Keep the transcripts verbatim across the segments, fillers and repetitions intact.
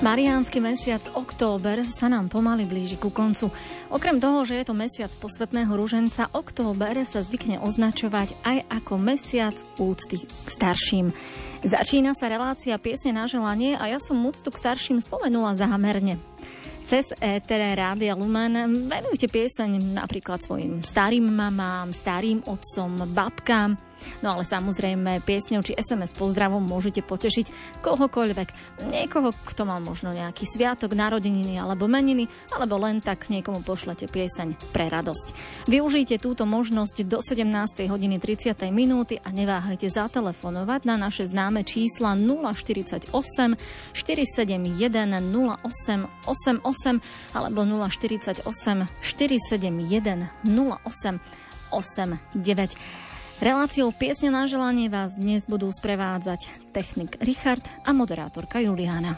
Mariánsky mesiac október sa nám pomaly blíži ku koncu. Okrem toho, že je to mesiac posvätného ruženca, október sa zvykne označovať aj ako mesiac úcty k starším. Začína sa relácia Piesne na želanie a ja som úctu k starším spomenula zámerne. Cez éter Rádia Lumen venujte pieseň napríklad svojim starým mamám, starým otcom, babkám. No ale samozrejme piesňou či es em es pozdravom môžete potešiť kohokoľvek. Niekoho, kto mal možno nejaký sviatok, narodeniny alebo meniny, alebo len tak niekomu pošlete pieseň pre radosť. Využite túto možnosť do sedemnástej hodiny tridsať minúty a neváhajte zatelefonovať na naše známe čísla nula štyridsaťosem štyristosedemdesiatjeden nula osem osemdesiatosem alebo nula štyridsaťosem štyristosedemdesiatjeden nula osem osemdesiatdeväť. Reláciou Piesne na želanie vás dnes budú sprevádzať technik Richard a moderátorka Juliána.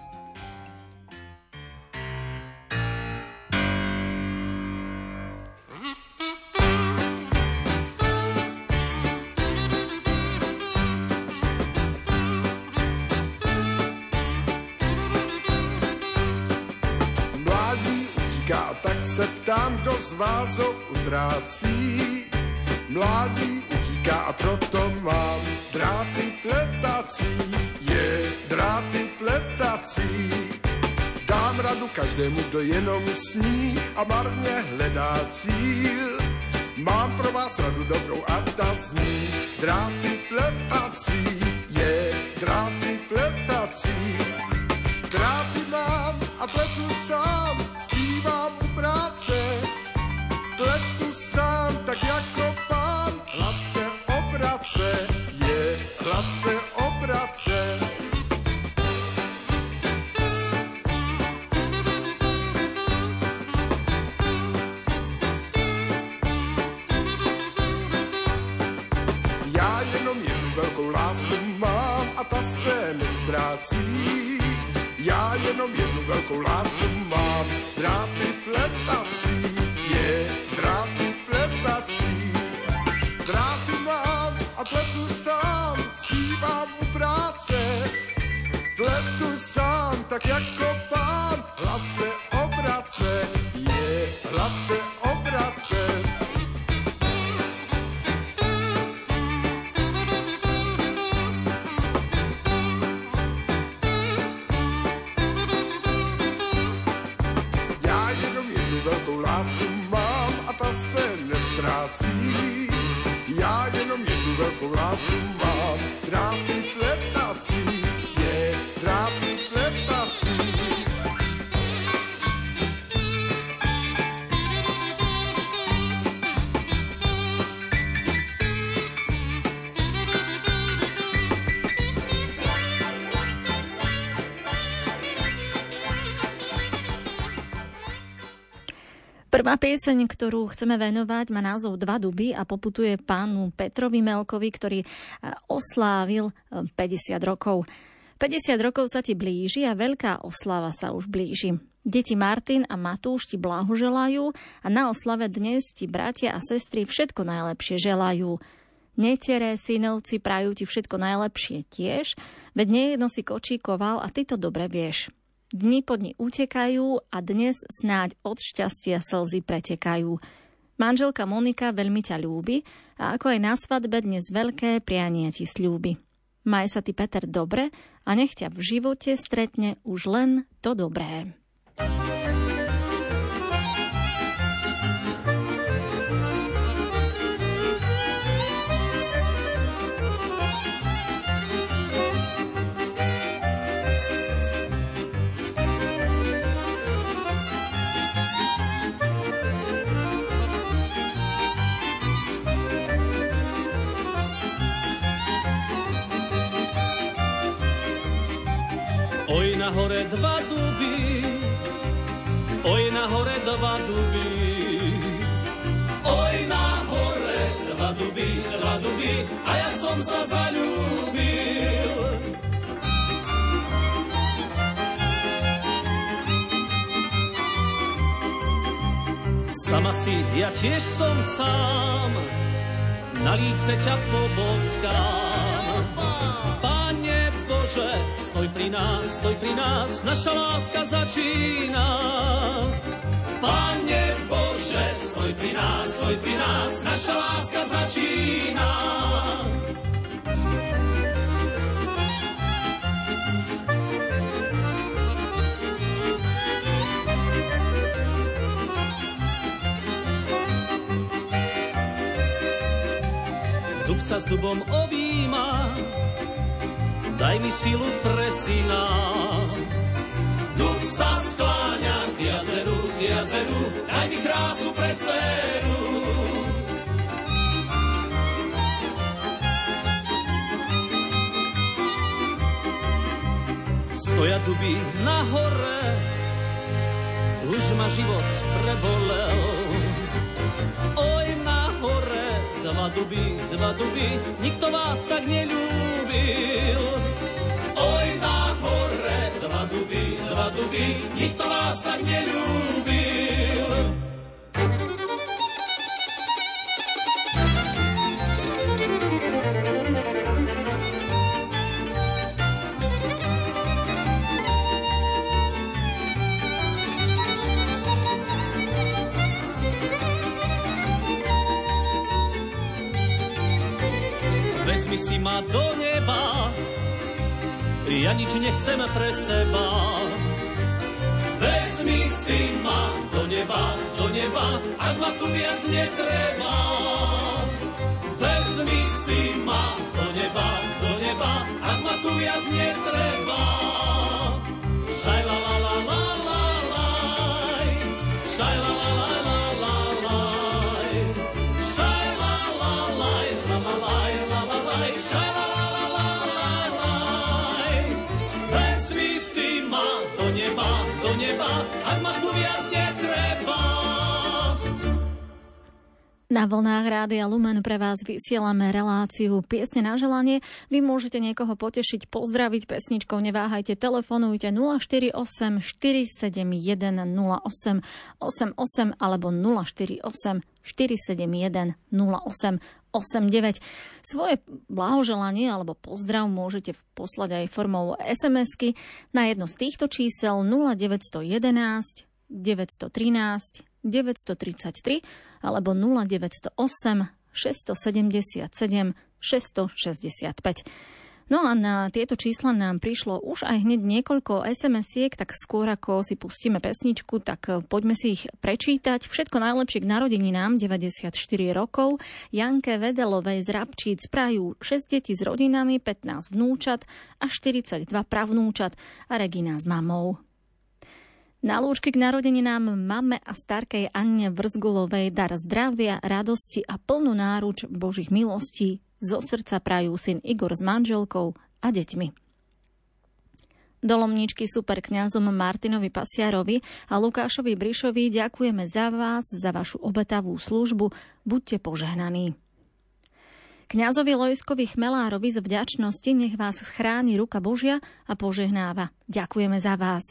Mládí utíká, tak se ptám, kdo z vás ho utrácí. Mládí utíká a proto mám dráty pletací, je dráty pletací. Dám radu každému, kdo jenom sní a marně hledá cíl. Mám pro vás radu dobrou a ta zní dráty pletací, je dráty pletací. Dráty mám a pletu sám, zpívám u práce. Pletu sám, tak jako pán, hladce obrace, je hladce obrace. Já jenom jednu velkou lásku mám a ta se nestrácí. Já jenom jednu velkou lásku mám, dráty pletací, je dráty pletací. Dráty mám a pletu sám, zpívám u práce. Pletu sám, tak jako pán, hladce obrace, je hladce obrace. Lásku mám a ta se nestrácí. Já jenom jednu velkou lásku mám, dráty pletací, je dráty pletací. Prvá pieseň, ktorú chceme venovať, má názov Dva duby a poputuje pánu Petrovi Melkovi, ktorý oslávil päťdesiat rokov. päťdesiat rokov sa ti blíži a veľká oslava sa už blíži. Deti Martin a Matúš ti blahoželajú a na oslave dnes ti bratia a sestry všetko najlepšie želajú. Netere, synovci prajú ti všetko najlepšie tiež, veď nejedno si kočíkoval a ty to dobre vieš. Dni po dni utekajú a dnes snáď od šťastia slzy pretekajú. Manželka Monika veľmi ťa ľúbi a ako aj na svadbe dnes veľké priania ti sľúbi. Maj sa ty, Peter, dobre a nech ťa v živote stretne už len to dobré. Oj, na hore dva duby, oj, na hore dva duby, oj, na hore dva duby, dva duby, a ja som sa zaľúbil. Sama si, ja tiež som sám, na líce ťa poboskám. Pane Bože, Bože, stoj pri nás, stoj pri nás, naša láska začína. Pane Bože, stoj pri nás, stoj pri nás, naša láska začína. Dub sa s dubom objíma, daj mi silu pre syna. Dub sa skláňa k jazeru, k jazeru, daj mi krásu pre dceru. Stoja duby na hore, už ma život prebolel. Oj, na hore, dva duby, dva duby, nikto vás tak neľúbil. Oj, na hore, dva duby, dva duby, nikto vás tak neľúbil. Vezmi si ma do neba, ja nič nechcem pre seba. Vezmi si ma do neba, do neba, ak ma tu viac netreba. Vezmi si ma do neba, do neba, ak ma tu viac netreba. Šaj la la la la la laj, šaj la la la la la laj, šaj la la laj, la la laj, la la laj, šaj la la la la la laj. Vezmi si ma do neba, do neba, ak ma tu viac netreba. Na vlnách Rádia Lumen pre vás vysielame reláciu Piesne na želanie. Vy môžete niekoho potešiť, pozdraviť pesničkou, neváhajte, telefonujte nula štyri osem štyri sedem jeden nula osem osem osem alebo nula štyri osem štyri sedem jeden nula osem osem deväť. Svoje blahoželanie alebo pozdrav môžete poslať aj formou es em esky na jedno z týchto čísel nula deväť jeden jedna deväť jedna tri deväť tri tri alebo nula deväť nula osem šesť sedem sedem šesť šesť päť. No a na tieto čísla nám prišlo už aj hneď niekoľko es em esiek, tak skôr ako si pustíme pesničku, tak poďme si ich prečítať. Všetko najlepšie k narodeninám, deväťdesiatštyri rokov. Janke Vedelovej z Rabčíc prajú šesť detí s rodinami, pätnásť vnúčat a štyridsaťdva pravnúčat a Regina s mamou. Na lúčky k narodeninám mame a starkej Anne Vrzgulovej dar zdravia, radosti a plnú náruč Božích milostí zo srdca prajú syn Igor s manželkou a deťmi. Do Lomničky superkňazom Martinovi Pasiarovi a Lukášovi Brišovi ďakujeme za vás, za vašu obetavú službu. Buďte požehnaní. Kňazovi Lojskovi Chmelárovi z vďačnosti nech vás chráni ruka Božia a požehnáva. Ďakujeme za vás.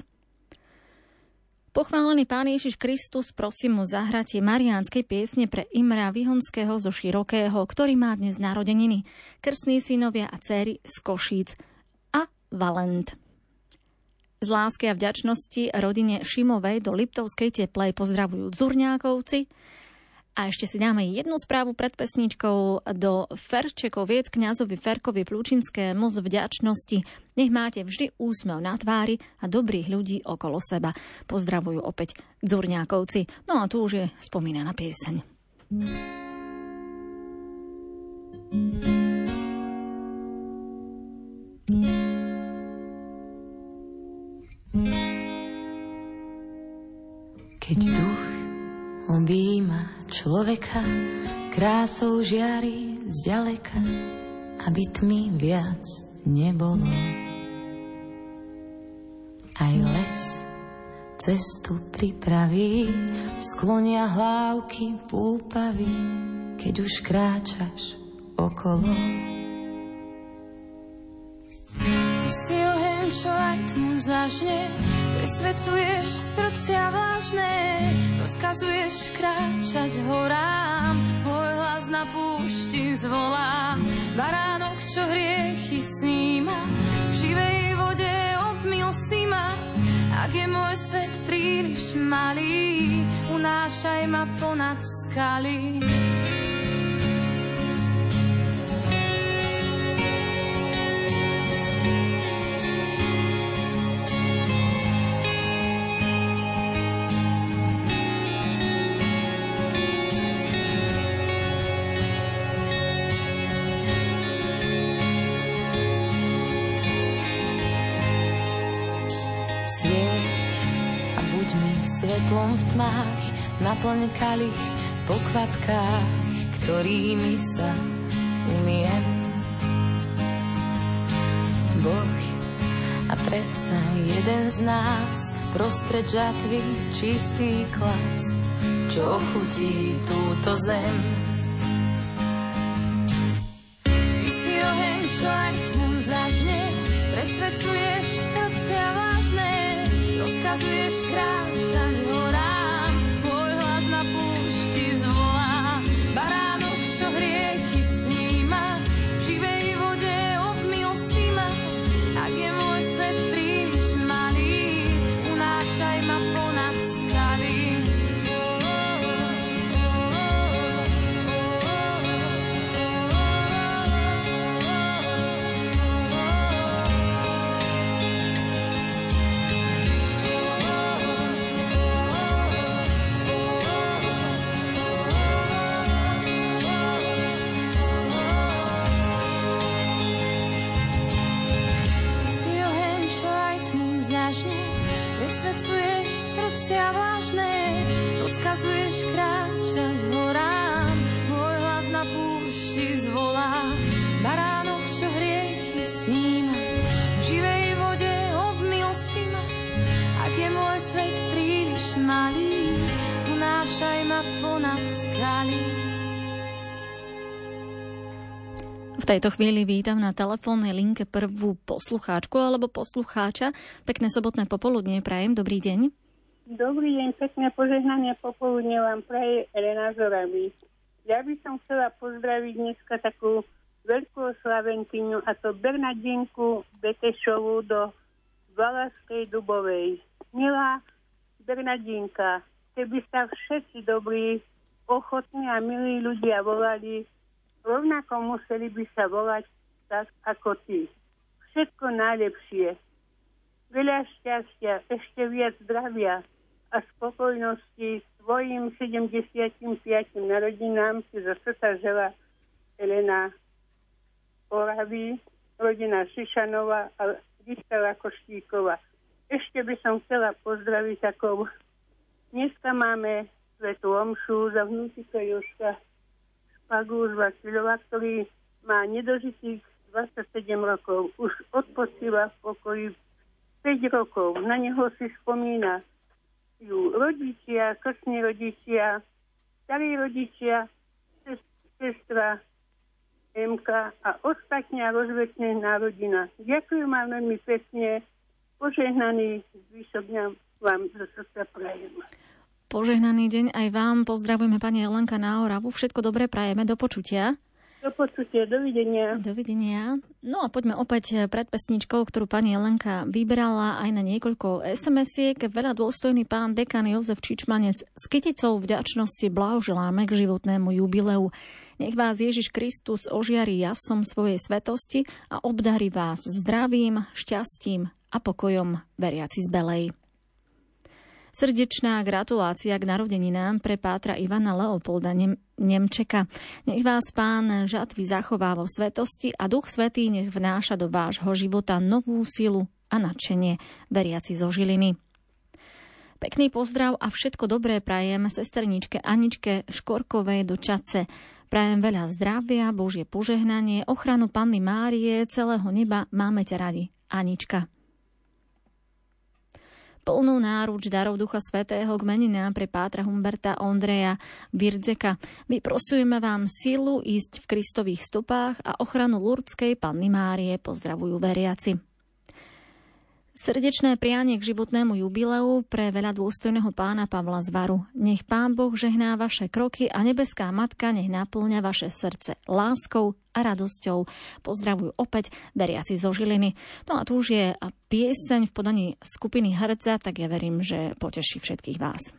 Pochválený Pán Ježiš Kristus, prosím mu zahratie mariánskej piesne pre Imra Vyhonského zo Širokého, ktorý má dnes narodeniny, krstní synovia a dcéry z Košíc a Valent. Z lásky a vďačnosti rodine Šimovej do Liptovskej Teplej pozdravujú Dzurňákovci. A ešte si dáme jednu správu pred pesničkou do Ferčekoviec, kňazovi Ferkovi Plučinskému z vďačnosti. Nech máte vždy úsmev na tvári a dobrých ľudí okolo seba. Pozdravujú opäť Dzurňákovci. No a tu už je spomínaná pieseň. Keď duch objíma človeka, krásou žiari zďaleka, aby tmy viac nebolo. Aj les cestu pripraví, sklonia hlávky púpavy, keď už kráčaš okolo. Ty si oheň, čo aj tmu zažne, presvedcuješ srdcia vážne, rozkazuješ kráčať horám, môj hlas na púšti zvolá, baránok, čo hriechy sníma, v živej obmil si ma. Ak je môj svet príliš malý, unášaj ma ponad skaly. Svetlom v tmách, naplň kalich po kvapkách, ktorými sa umiem. Boh, a predsa jeden z nás, prostred žatvy čistý klas, čo ochutí túto zem. Ty si oheň, čo aj tmu zažne, presvedcuješ srdcia vážne, rozkazuješ kráčať horám, môj hlas na púšti zvolá. Baránok, čo hriechy sníma, v živej vode obmyl si ma. Ak je môj svet príliš malý, unášaj ma ponad skaly. Presvedcuješ srdcia vážne, rozkazuješ kráčať horám, môj hlas na púšti zvolá. Baránok, čo hriechy sníma, v živej vode obmyl si ma. Ak je môj svet príliš malý, unášaj ma ponad skaly. V tejto chvíli vítam na telefónnej linke prvú poslucháčku alebo poslucháča. Pekné sobotné popoludnie prajem. Dobrý deň. Dobrý deň, pekné požehnanie popoludne vám praje Elena Zorami. Ja by som chcela pozdraviť dneska takú veľkú slavenkyňu, a to Bernardinku Betešovú do Valašskej Dubovej. Milá Bernardinka, keby sa všetci dobrí, ochotní a milí ľudia volali, rovnako museli by sa volať tak ako ty. Všetko najlepšie. Veľa šťastia, ešte viac zdravia a spokojnosti svojim sedemdesiatym piatym narodinám si zo srdca želá Elena Oravy, rodina Šišanova a Vystela Koštíková. Ešte by som chcela pozdraviť takou. Dneska máme svätú omšu za vnútika Jožka Špagu z Vasilova, ktorý má nedožitých dvadsaťsedem rokov. Už odpočíva v pokoji päť rokov. Na neho si spomína ju rodičia, krstní rodičia, starí rodičia, sestra Emka a ostatná rozvetnená rodina. Ďakujem vám veľmi pekne. Požehnaný zvyšok dňa vám zo srdca prajem. Požehnaný deň aj vám. Pozdravujeme pani Jelenka na Oravu. Všetko dobré prajeme. Do počutia. Do počutia. Dovidenia. Dovidenia. No a poďme opäť pred pesničkou, ktorú pani Jelenka vybrala aj na niekoľko es em esiek. Veľa dôstojný pán dekan Jozef Čičmanec s kyticou vďačnosti blahoželáme k životnému jubileu. Nech vás Ježiš Kristus ožiari jasom svojej svetosti a obdarí vás zdravím, šťastím a pokojom veriaci z Belej. Srdečná gratulácia k narodeninám pre pátra Ivana Leopolda Nem- Nemčeka. Nech vás pán žatvy zachová vo svetosti a Duch Svätý nech vnáša do vášho života novú silu a nadšenie, veriaci zo Žiliny. Pekný pozdrav a všetko dobré prajem sesterničke Aničke Škorkovej do Čadce. Prajem veľa zdravia, Božie požehnanie, ochranu Panny Márie, celého neba, máme ťa radi. Anička. Plnú náruč darov Ducha Svätého k meninám pre pátra Humberta Ondreja Virdzeka. Vyprosujeme vám silu ísť v Kristových stopách a ochranu Lurdskej Panny Márie. Pozdravujú veriaci. Srdečné prianie k životnému jubileu pre veľa dôstojného pána Pavla Zvaru. Nech Pán Boh žehná vaše kroky a nebeská Matka nech naplňa vaše srdce láskou a radosťou. Pozdravujú opäť veriaci zo Žiliny. No a tu už je pieseň v podaní skupiny Hrdza, tak ja verím, že poteší všetkých vás.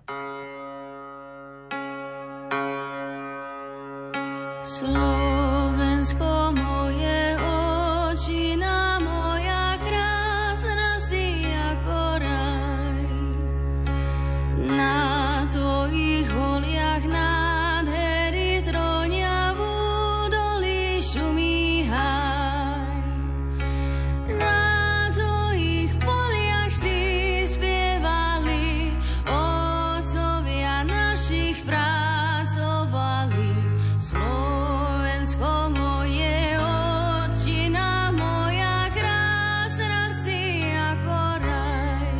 Slovensko moje, očina moja, krásna si ako raj. Na tvojich holiach nádhery trónia, v údolí šumí háj. Na tvojich poliach si spievali, otcovia našich pracovali. Slovensko moje, otčina moja, krásna si ako raj.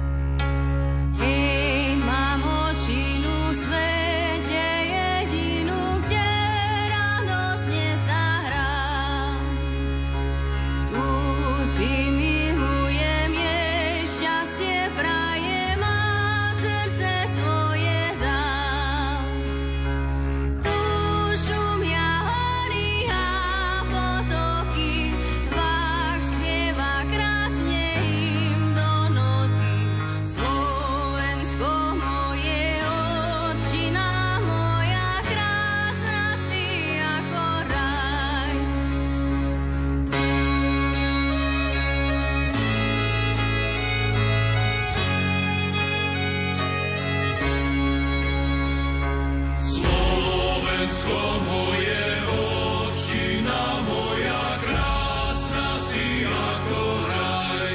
Hej, mám očinu v svete jedinú, kde radosne sa hrám. Tu si milujem, jej šťastie prajem a srdce svoje dám. Tu šumia hory a potoky, vách spieva krásne im do noty. Slovensko moje, otčina moja, krásna si ako raj. Slovensko moje, otčina moja, krásna si ako raj.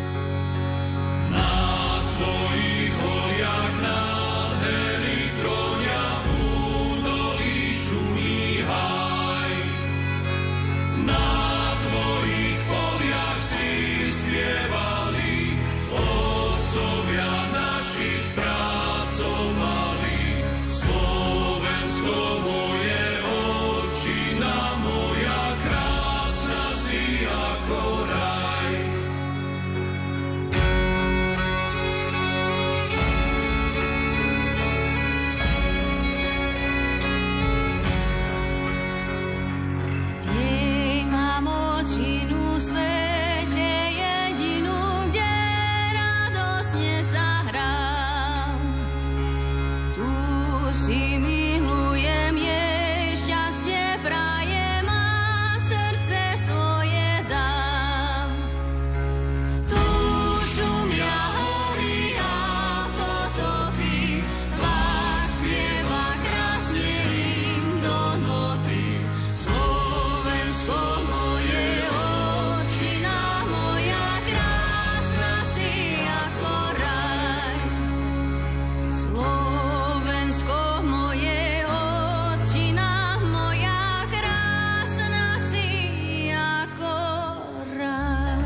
Na tvojich holiach nádhery trónia, v údolí šumí háj. Na tvojich poliach si spievali, otcovia našich pracovali. Slovensko moje, otčina moja, krásna si ako raj. Jej mám očinu v svete jedinú, kde radosne sa hrám. Tu si milujem, jej šťastie prajem a srdce svoje dám. Tu šumia hory a potoky, vách spieva krásne im do noty. Slovensko moje, otčina moja, krásna si ako raj. Slovensko moje, otčina moja, krásna si ako raj.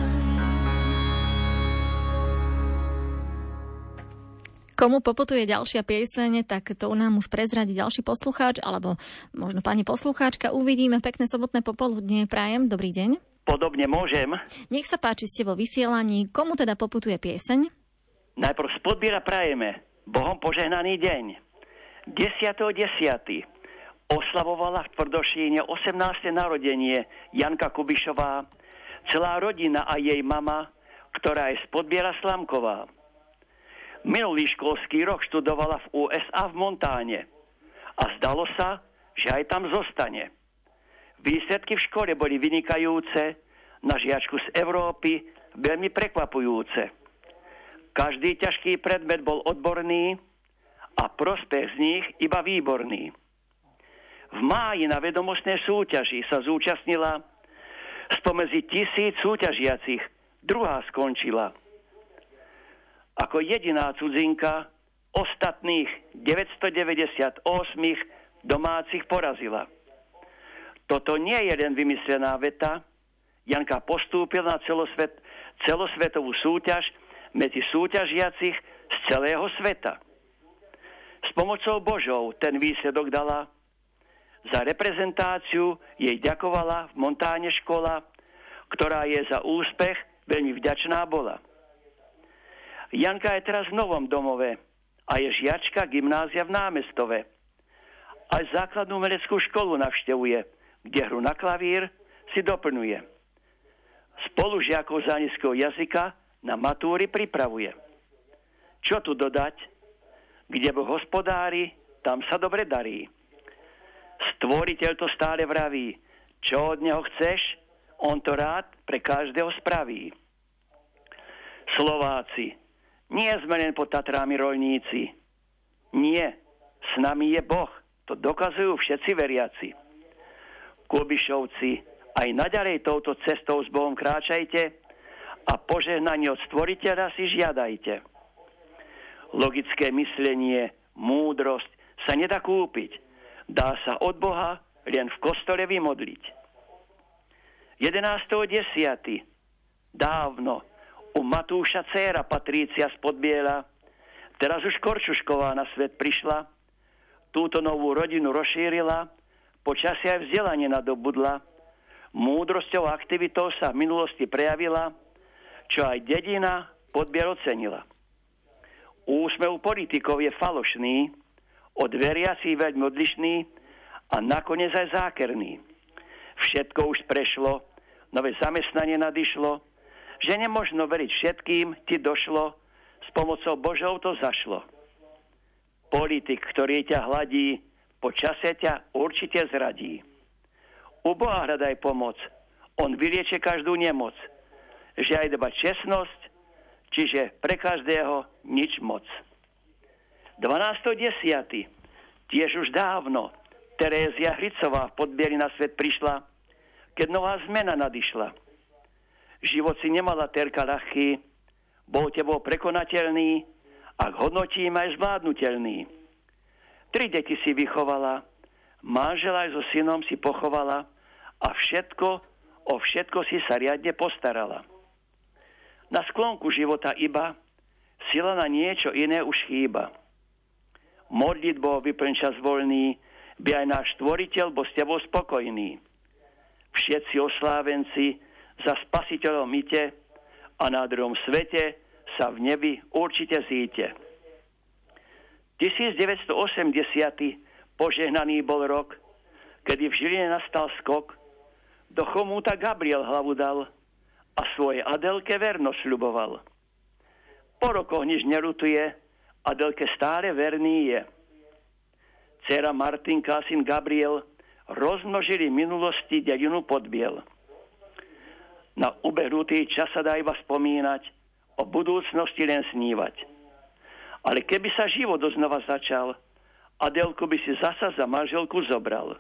Komu poputuje ďalšia pieseň, tak to nám už prezradí ďalší poslucháč, alebo možno pani poslucháčka. Uvidíme. Pekné sobotné popoludnie prajem. Dobrý deň. Podobne môžem. Nech sa páči, ste vo vysielaní. Komu teda poputuje pieseň? Najprv z Podbiera prajeme Bohom požehnaný deň. desiateho desiateho oslavovala v Tvrdošíne osemnáste narodenie Janka Kubišová, celá rodina a jej mama, ktorá je z Podbiera Slamková. Minulý školský rok študovala v ú es á v Montáne a zdalo sa, že aj tam zostane. Výsledky v škole boli vynikajúce, na žiačku z Európy veľmi prekvapujúce. Každý ťažký predmet bol odborný a prospech z nich iba výborný. V máji na vedomostnej súťaži sa zúčastnila spomedzi tisíc súťažiacich, druhá skončila. Ako jediná cudzinka ostatných deväťstodeväťdesiatosem domácich porazila. Toto nie je len vymyslená veta. Janka postúpila na celosvet, celosvetovú súťaž medzi súťažiacich z celého sveta. S pomocou Božou ten výsledok dala. Za reprezentáciu jej ďakovala v Montáne škola, ktorá je za úspech veľmi vďačná bola. Janka je teraz v novom domove a je žiačka gymnázia v Námestove. Aj základnú umeleckú školu navštevuje, kde hru na klavír si doplňuje. Spolužiakov z anglického jazyka na matúry pripravuje. Čo tu dodať? Kde Boh hospodári, tam sa dobre darí. Stvoriteľ to stále vraví. Čo od neho chceš, on to rád pre každého spraví. Slováci, nie sme len pod Tatrami roľníci. Nie, s nami je Boh, to dokazujú všetci veriaci. Kubišovci, aj naďalej touto cestou s Bohom kráčajte a požehnanie od Stvoriteľa si žiadajte. Logické myslenie, múdrosť sa nedá kúpiť. Dá sa od Boha len v kostole vymodliť. jedenásteho desiateho Dávno u Matúša dcéra Patrícia z Podbiela, teraz už Korčušková na svet prišla, túto novú rodinu rozšírila, počasie aj vzdelanie nadobudla, múdrosťou a aktivitou sa v minulosti prejavila, čo aj dedina Podbiel ocenila. Úsmev politikov je falošný, od veriacich veľmi odlišný a nakoniec aj zákerný. Všetko už prešlo, nové zamestnanie nadišlo, že nemožno veriť všetkým, ti došlo, s pomocou Božou to zašlo. Politik, ktorý ťa hladí, po čase ťa určite zradí. U Boha hľadaj pomoc, on vylieče každú nemoc, že aj dba čestnosť, čiže pre každého nič moc. dvanásteho desiateho Tiež už dávno Terézia Hricová v Podbieli na svet prišla, keď nová zmena nadišla. Život si nemala terka ľahký, bol tebou prekonateľný, ak hodnotím aj zvládnutelný. Tri deti si vychovala, manžela aj so synom si pochovala a všetko, o všetko si sa riadne postarala. Na sklonku života iba sila na niečo iné už chýba. Modlitbou vyplň čas voľný, by aj náš Stvoriteľ bol s tebou spokojný. Všetci oslávenci za Spasiteľom ite a na druhom svete sa v nebi určite zíte. devätnásťstoosemdesiaty požehnaný bol rok, kedy v Žiline nastal skok, do chomúta Gabriel hlavu dal a svojej Adelke vernosť sľuboval. Po rokoch nič nerutuje, Adelke stále verný je. Dcera Martinka a syn Gabriel rozmnožili v minulosti dedinu Podbiel. Na ubehnutý čas sa dá iba spomínať, o budúcnosti len snívať. Ale keby sa život doznova začal, Adelku by si zasa za manželku zobral.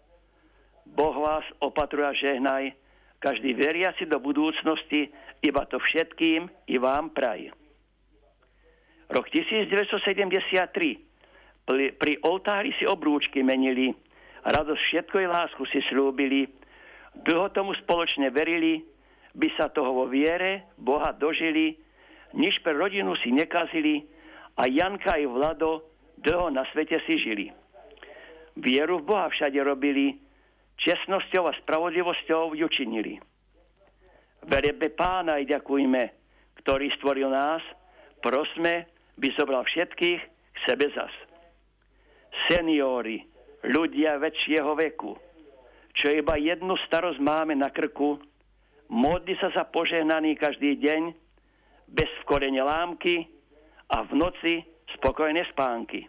Boh vás opatruje a žehnaj, každý veriaci do budúcnosti, iba to všetkým i vám praj. Rok devätnásťsedemdesiattri pri, pri oltári si obrúčky menili, radosť všetko i lásku si slúbili, dlho tomu spoločne verili, by sa toho vo viere Boha dožili, nič pre rodinu si nekazili a Janka i Vlado dlho na svete si žili. Vieru v Boha všade robili, čestnosťou a spravodlivosťou ju činili. Verebe Pána i ďakujme, ktorý stvoril nás, prosme, by zobral všetkých k sebe zas. Seniori, ľudia väčšieho veku, čo iba jednu starosť máme na krku, modli sa za požehnaný každý deň, bez vkorene lámky a v noci spokojné spánky.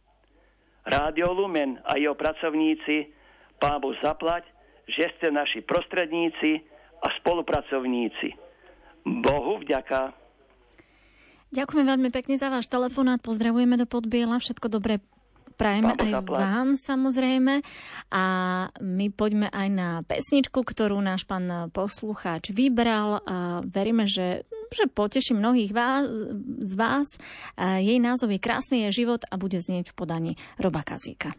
Rádio Lumen a jeho pracovníci, Pán Boh zaplať, že ste naši prostredníci a spolupracovníci. Bohu vďaka. Ďakujeme veľmi pekne za váš telefonát, pozdravujeme do Podbiela, všetko dobré prajeme aj vám samozrejme a my poďme aj na pesničku, ktorú náš pán poslucháč vybral a veríme, že, že poteší mnohých vás, z vás. Jej názov je Krásny je život a bude znieť v podaní Roba Kazíka.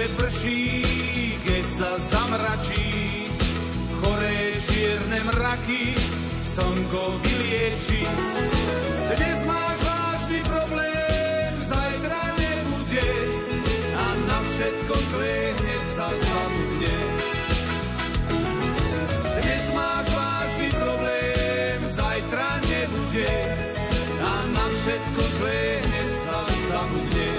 prší, keď sa zamračí, choré čierne mraky slnko vylieči. Dnes máš vážny problém, zajtra nebude a na všetko zlé hneď sa zabudne. Dnes máš vážny problém, zajtra nebude a na všetko zlé hneď sa zabudne.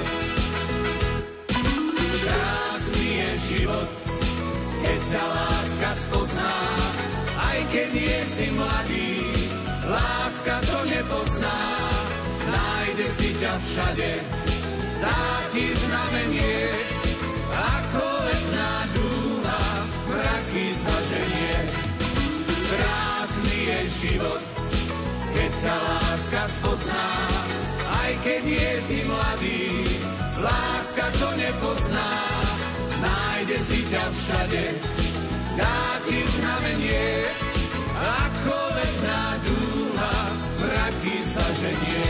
Krásny je život, keď ťa láska spozná, aj keď nie si mladý, láska to nepozná. Nájde si ťa všade, dá ti znamenie, ako letná dúha mraky zaženie. Krásny je život, keď ťa láska spozná, aj keď nie si mladý, láska to nepozná. Nájde si ťa všade, dá ti znamenie, ako letná dúha mraky zaženie.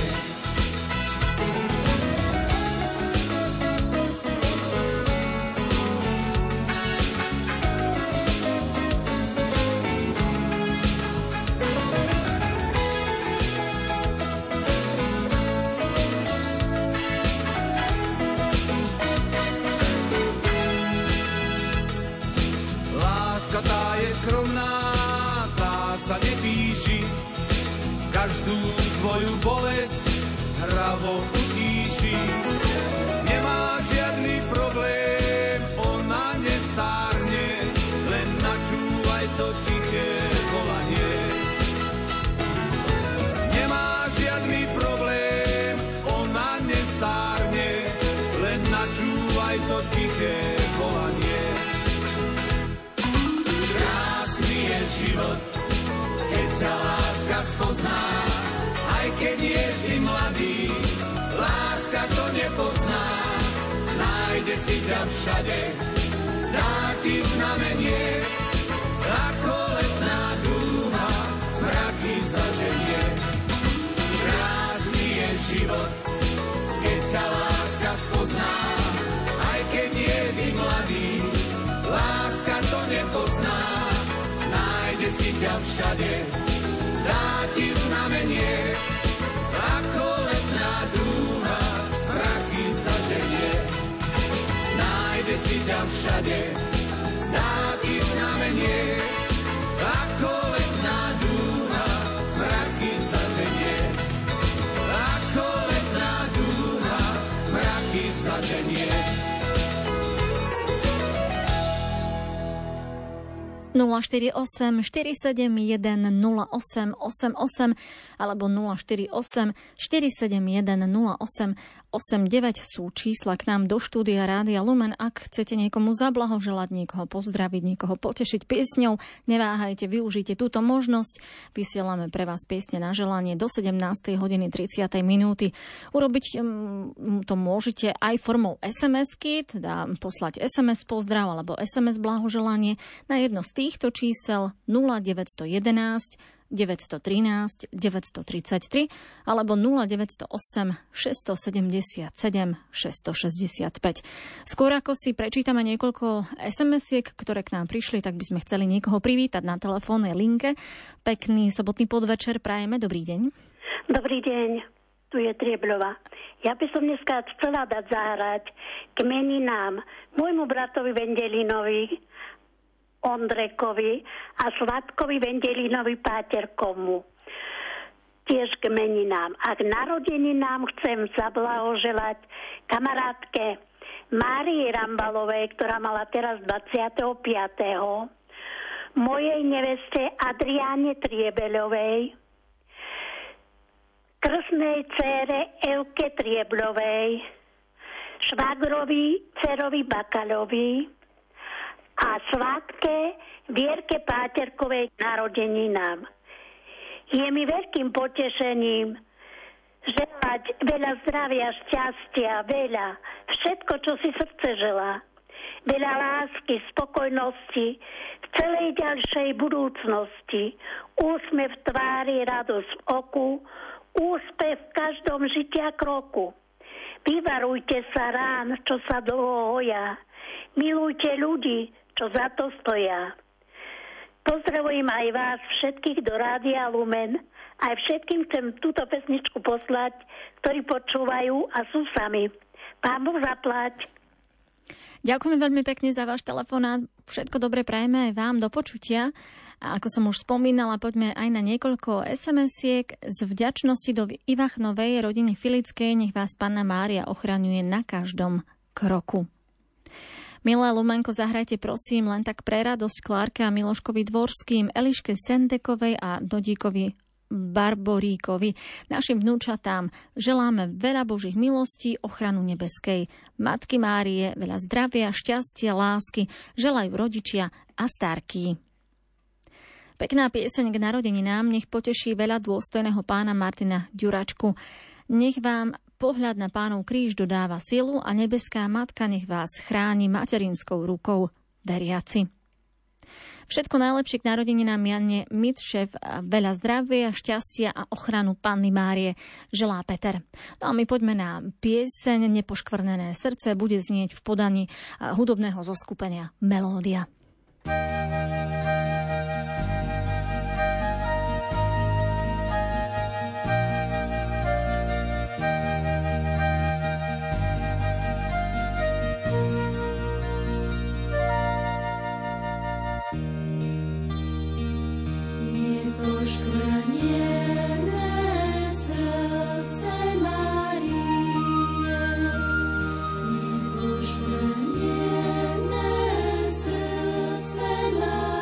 Tá je skromná, tá sa nepíši, každú tvoju bolesť hravo utíši. Nemá žiadny problém, ona nestárne, len načúvaj to tiché volanie. Nemá žiadny problém, ona nestárne, len načúvaj to tiché volanie. Život, keď ťa láska spozná, aj keď nie si mladý, láska to nepozná. Nájde si ťa všade, dá ti znamenie, ako letná dúha mraky zaženie. Krásny je život, keď ťa láska spozná, aj keď nie si mladý, láska to nepozná. Nájde si ťa všade, dá ti znamenie, ako letná dúha mraky zaženie. Nájde si ťa všade, dá ti znamenie, ako letná dúha mraky zaženie. Ako letná dúha mraky zaženie. nula štyri osem štyri sedem jeden nula osem osem osem alebo nula štyri osem štyri sedem jeden nula osem osem deväť sú čísla k nám do štúdia Rádia Lumen. Ak chcete niekomu zablahoželať, niekoho pozdraviť, niekoho potešiť piesňou, neváhajte, využite túto možnosť. Vysielame pre vás piesne na želanie do sedemnástej hodiny tridsiatej minúty. Urobiť to môžete aj formou es em esky, teda poslať es em es pozdrav alebo es em es blahoželanie na jedno z týchto čísel nula deväť jedna jedna, deväť jedna tri, deväť tri tri alebo nula deväť nula osem šesť sedem sedem šesť šesť päť. Skôr ako si prečítame niekoľko es em esiek, ktoré k nám prišli, tak by sme chceli niekoho privítať na telefónnej linke. Pekný sobotný podvečer prajeme. Dobrý deň. Dobrý deň, tu je Triebľová. Ja by som dneska chcela dať zahrať k meninám môjmu bratovi Vendelinovi, Ondrekovi a Sladkovi Vendelinovi Páterkomu. Tiež k meninám. A k narodeninám chcem zablahoželať kamarátke Márii Rambalovej, ktorá mala teraz dvadsiateho piateho mojej neveste Adriáne Triebeľovej, krstnej dcére Evke Triebľovej, švagrovi dcerovi Bakaľovi a svátke Vierke Páterkovej k narodeninám. Je mi veľkým potešením želať veľa zdravia, šťastia, veľa, všetko, čo si srdce želá. Veľa lásky, spokojnosti v celej ďalšej budúcnosti, úsmev v tvári, radosť v oku, úspech v každom žitia kroku. Vyvarujte sa rán, čo sa dlho hoja. Milujte ľudí, čo za to stoja. Pozdravujem aj vás všetkých do Rádia Lumen. Aj všetkým chcem túto pesničku poslať, ktorí počúvajú a sú sami. Pán Boh zaplať. Ďakujeme veľmi pekne za váš telefonát. Všetko dobre prajeme aj vám, do počutia. A ako som už spomínala, poďme aj na niekoľko es em esiek. Z vďačnosti do Ivachnovej rodiny Filickej nech vás Panna Mária ochraňuje na každom kroku. Milé Lumenko, zahrajte prosím len tak pre radosť Klárke a Miloškovi Dvorským, Eliške Sendekovej a Dodíkovi Barboríkovi. Našim vnúčatám želáme veľa Božích milostí, ochranu nebeskej Matky Márie, veľa zdravia, šťastia, lásky, želajú rodičia a starky. Pekná pieseň k narodeninám nech poteší veľa dôstojného pána Martina Ďuračku. Nech vám pohľad na Pánov kríž dodáva silu a nebeská Matka nech vás chráni materinskou rukou, veriaci. Všetko najlepšie k narodeninám Janne Mitšev, veľa zdravia, šťastia a ochranu Panny Márie želá Peter. No a my poďme na pieseň Nepoškvrnené srdce, bude znieť v podaní hudobného zoskupenia Melódia. Nepoškvrnené srdce Márie,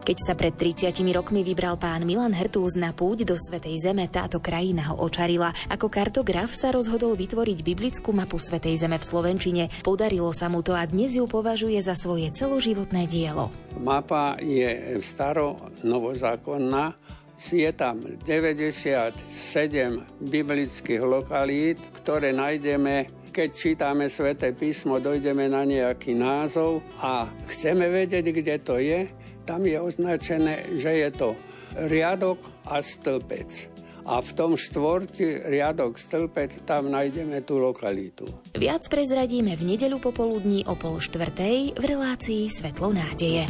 Keď sa pred tridsiatimi rokmi vybral pán Milan Hertúz na púť do Svätej Zeme, táto krajina ho očarila. Ako kartograf sa rozhodol vytvoriť biblickú mapu Svätej Zeme v slovenčine. Podarilo sa mu to a dnes ju považuje za svoje celoživotné dielo. Mapa je staro-novozákonná. Je tam deväťdesiatsedem biblických lokalít, ktoré nájdeme. Keď čítame Sväté písmo, dojdeme na nejaký názov a chceme vedieť, kde to je. Tam je označené, že je to riadok a stĺpec. A v tom štvorci riadok, stĺpec, tam nájdeme tú lokalitu. Viac prezradíme v nedeľu popoludní o pol štvrtej v relácii Svetlo nádeje.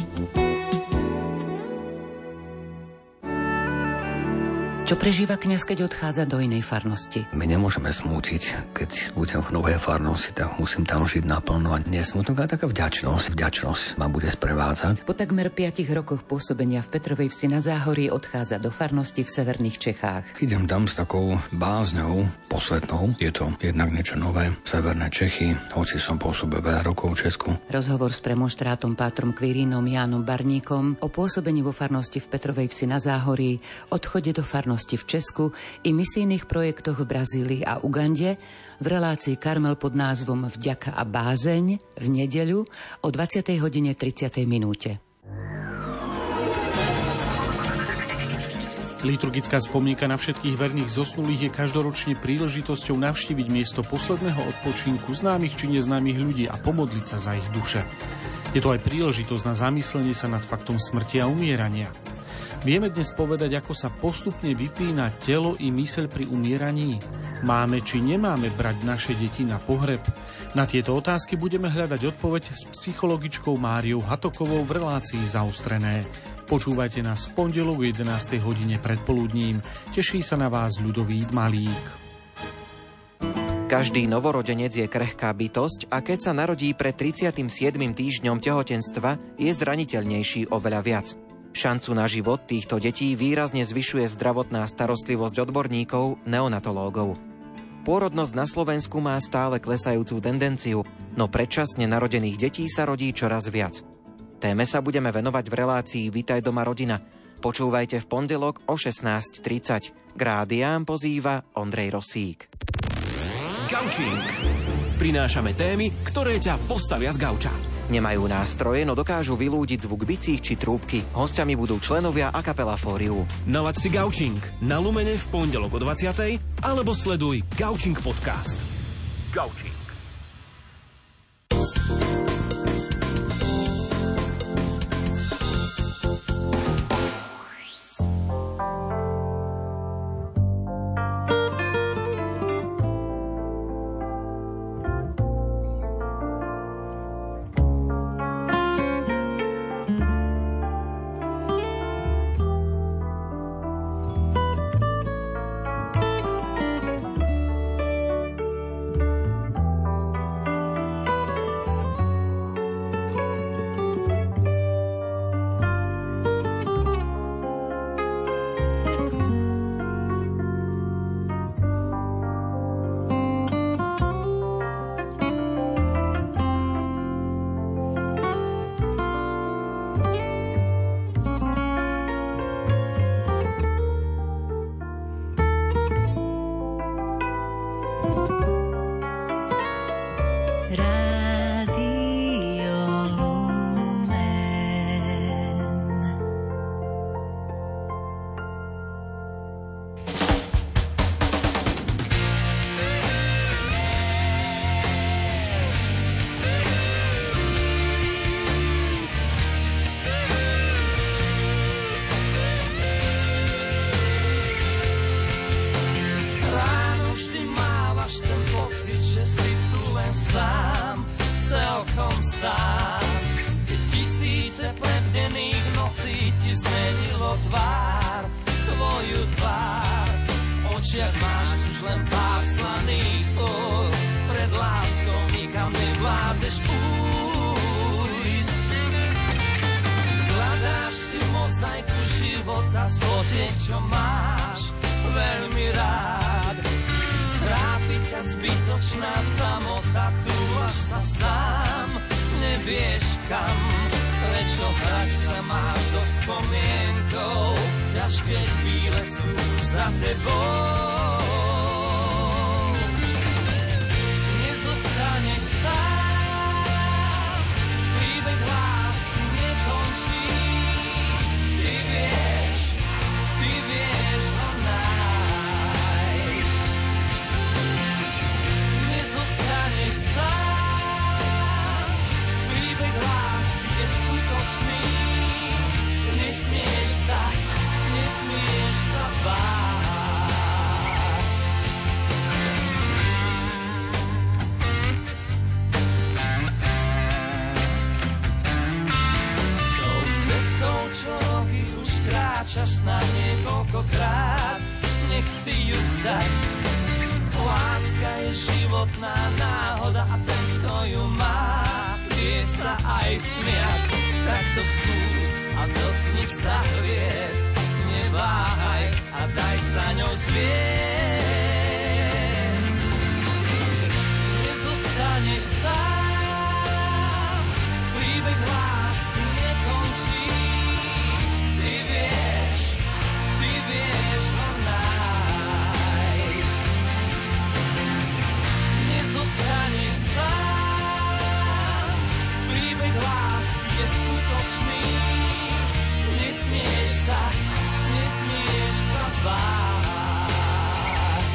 Čo prežíva kňaz, keď odchádza do inej farnosti? My nemôžeme smútiť. Keď budem v novej farnosti, tak musím tam žiť naplno a nie smutok, ale taká vďačnosť. Vďačnosť ma bude sprevádzať. Po takmer piatich rokoch pôsobenia v Petrovej Vsi na Záhorí odchádza do farnosti v severných Čechách. Idem tam s takou bázňou posvetnou. Je to jednak niečo nové. Severné Čechy, hoci som pôsobil veľa rokov v Česku. Rozhovor s premonštrátom pátrom Quirínom Jánom Barníkom o pôsobení vo farnosti v Petrovej Vsi na Záhorí, odchode do farnosti v Česku i misijných projektoch v Brazílii a Ugande v relácii Karmel pod názvom Vďaka a bázeň v nedeľu o dvadsiatej hodine tridsať minúte. Liturgická spomienka na všetkých verných zosnulých je každoročne príležitosťou navštíviť miesto posledného odpočinku známych či neznámych ľudí a pomodliť sa za ich duše. Je to aj príležitosť na zamyslenie sa nad faktom smrti a umierania. Vieme dnes povedať, ako sa postupne vypína telo i myseľ pri umieraní? Máme či nemáme brať naše deti na pohreb? Na tieto otázky budeme hľadať odpoveď s psychologičkou Máriou Hatokovou v relácii Zaostrené. Počúvajte nás v pondelok o jedenástej hodine predpoludním. Teší sa na vás Ľudovít Malík. Každý novorodenec je krehká bytosť a keď sa narodí pred tridsiatym siedmym týždňom tehotenstva, je zraniteľnejší oveľa viac. Šancu na život týchto detí výrazne zvyšuje zdravotná starostlivosť odborníkov, neonatológov. Pôrodnosť na Slovensku má stále klesajúcu tendenciu, no predčasne narodených detí sa rodí čoraz viac. Téme sa budeme venovať v relácii Vitaj doma rodina. Počúvajte v pondelok o šestnásť tridsať. K rádiám pozýva Ondrej Rosík. Gaučing. Prinášame témy, ktoré ťa postavia z gauča. Nemajú nástroje, no dokážu vylúdiť zvuk bicích či trúbky. Hostiami budú členovia a kapela Fóriu. Nalaď si Gaučing na Lumene v pondelok o dvadsiatej alebo sleduj Gaučing podcast. Gaučing. Prečo hrať sa máš so spomienkou, ťažké chvíle sú za tebou. Nezostaneš sám, príbeh lásky nekončí. Ty vieš, ty vieš ho nájsť. Nezostaneš sám, príbeh lásky je skutočný. Nesmieš sa, nesmieš sa báť. Tou cestou, čo roky už kráčaš snad niekoľkokrát, nechci ju vzdať. Láska je životná náhoda a ten, kto ju má, vie sa aj smiať. Tak to skús a dotkni sa hviezd, neváhaj a daj sa ňou zviesť. Nezostaneš sám, príbeh lásky nekončí. Ty vieš, ty vieš ho nájsť. Nezostaneš sám, príbeh lásky je skutočný. Nesmieš sa, nesmieš sa báť.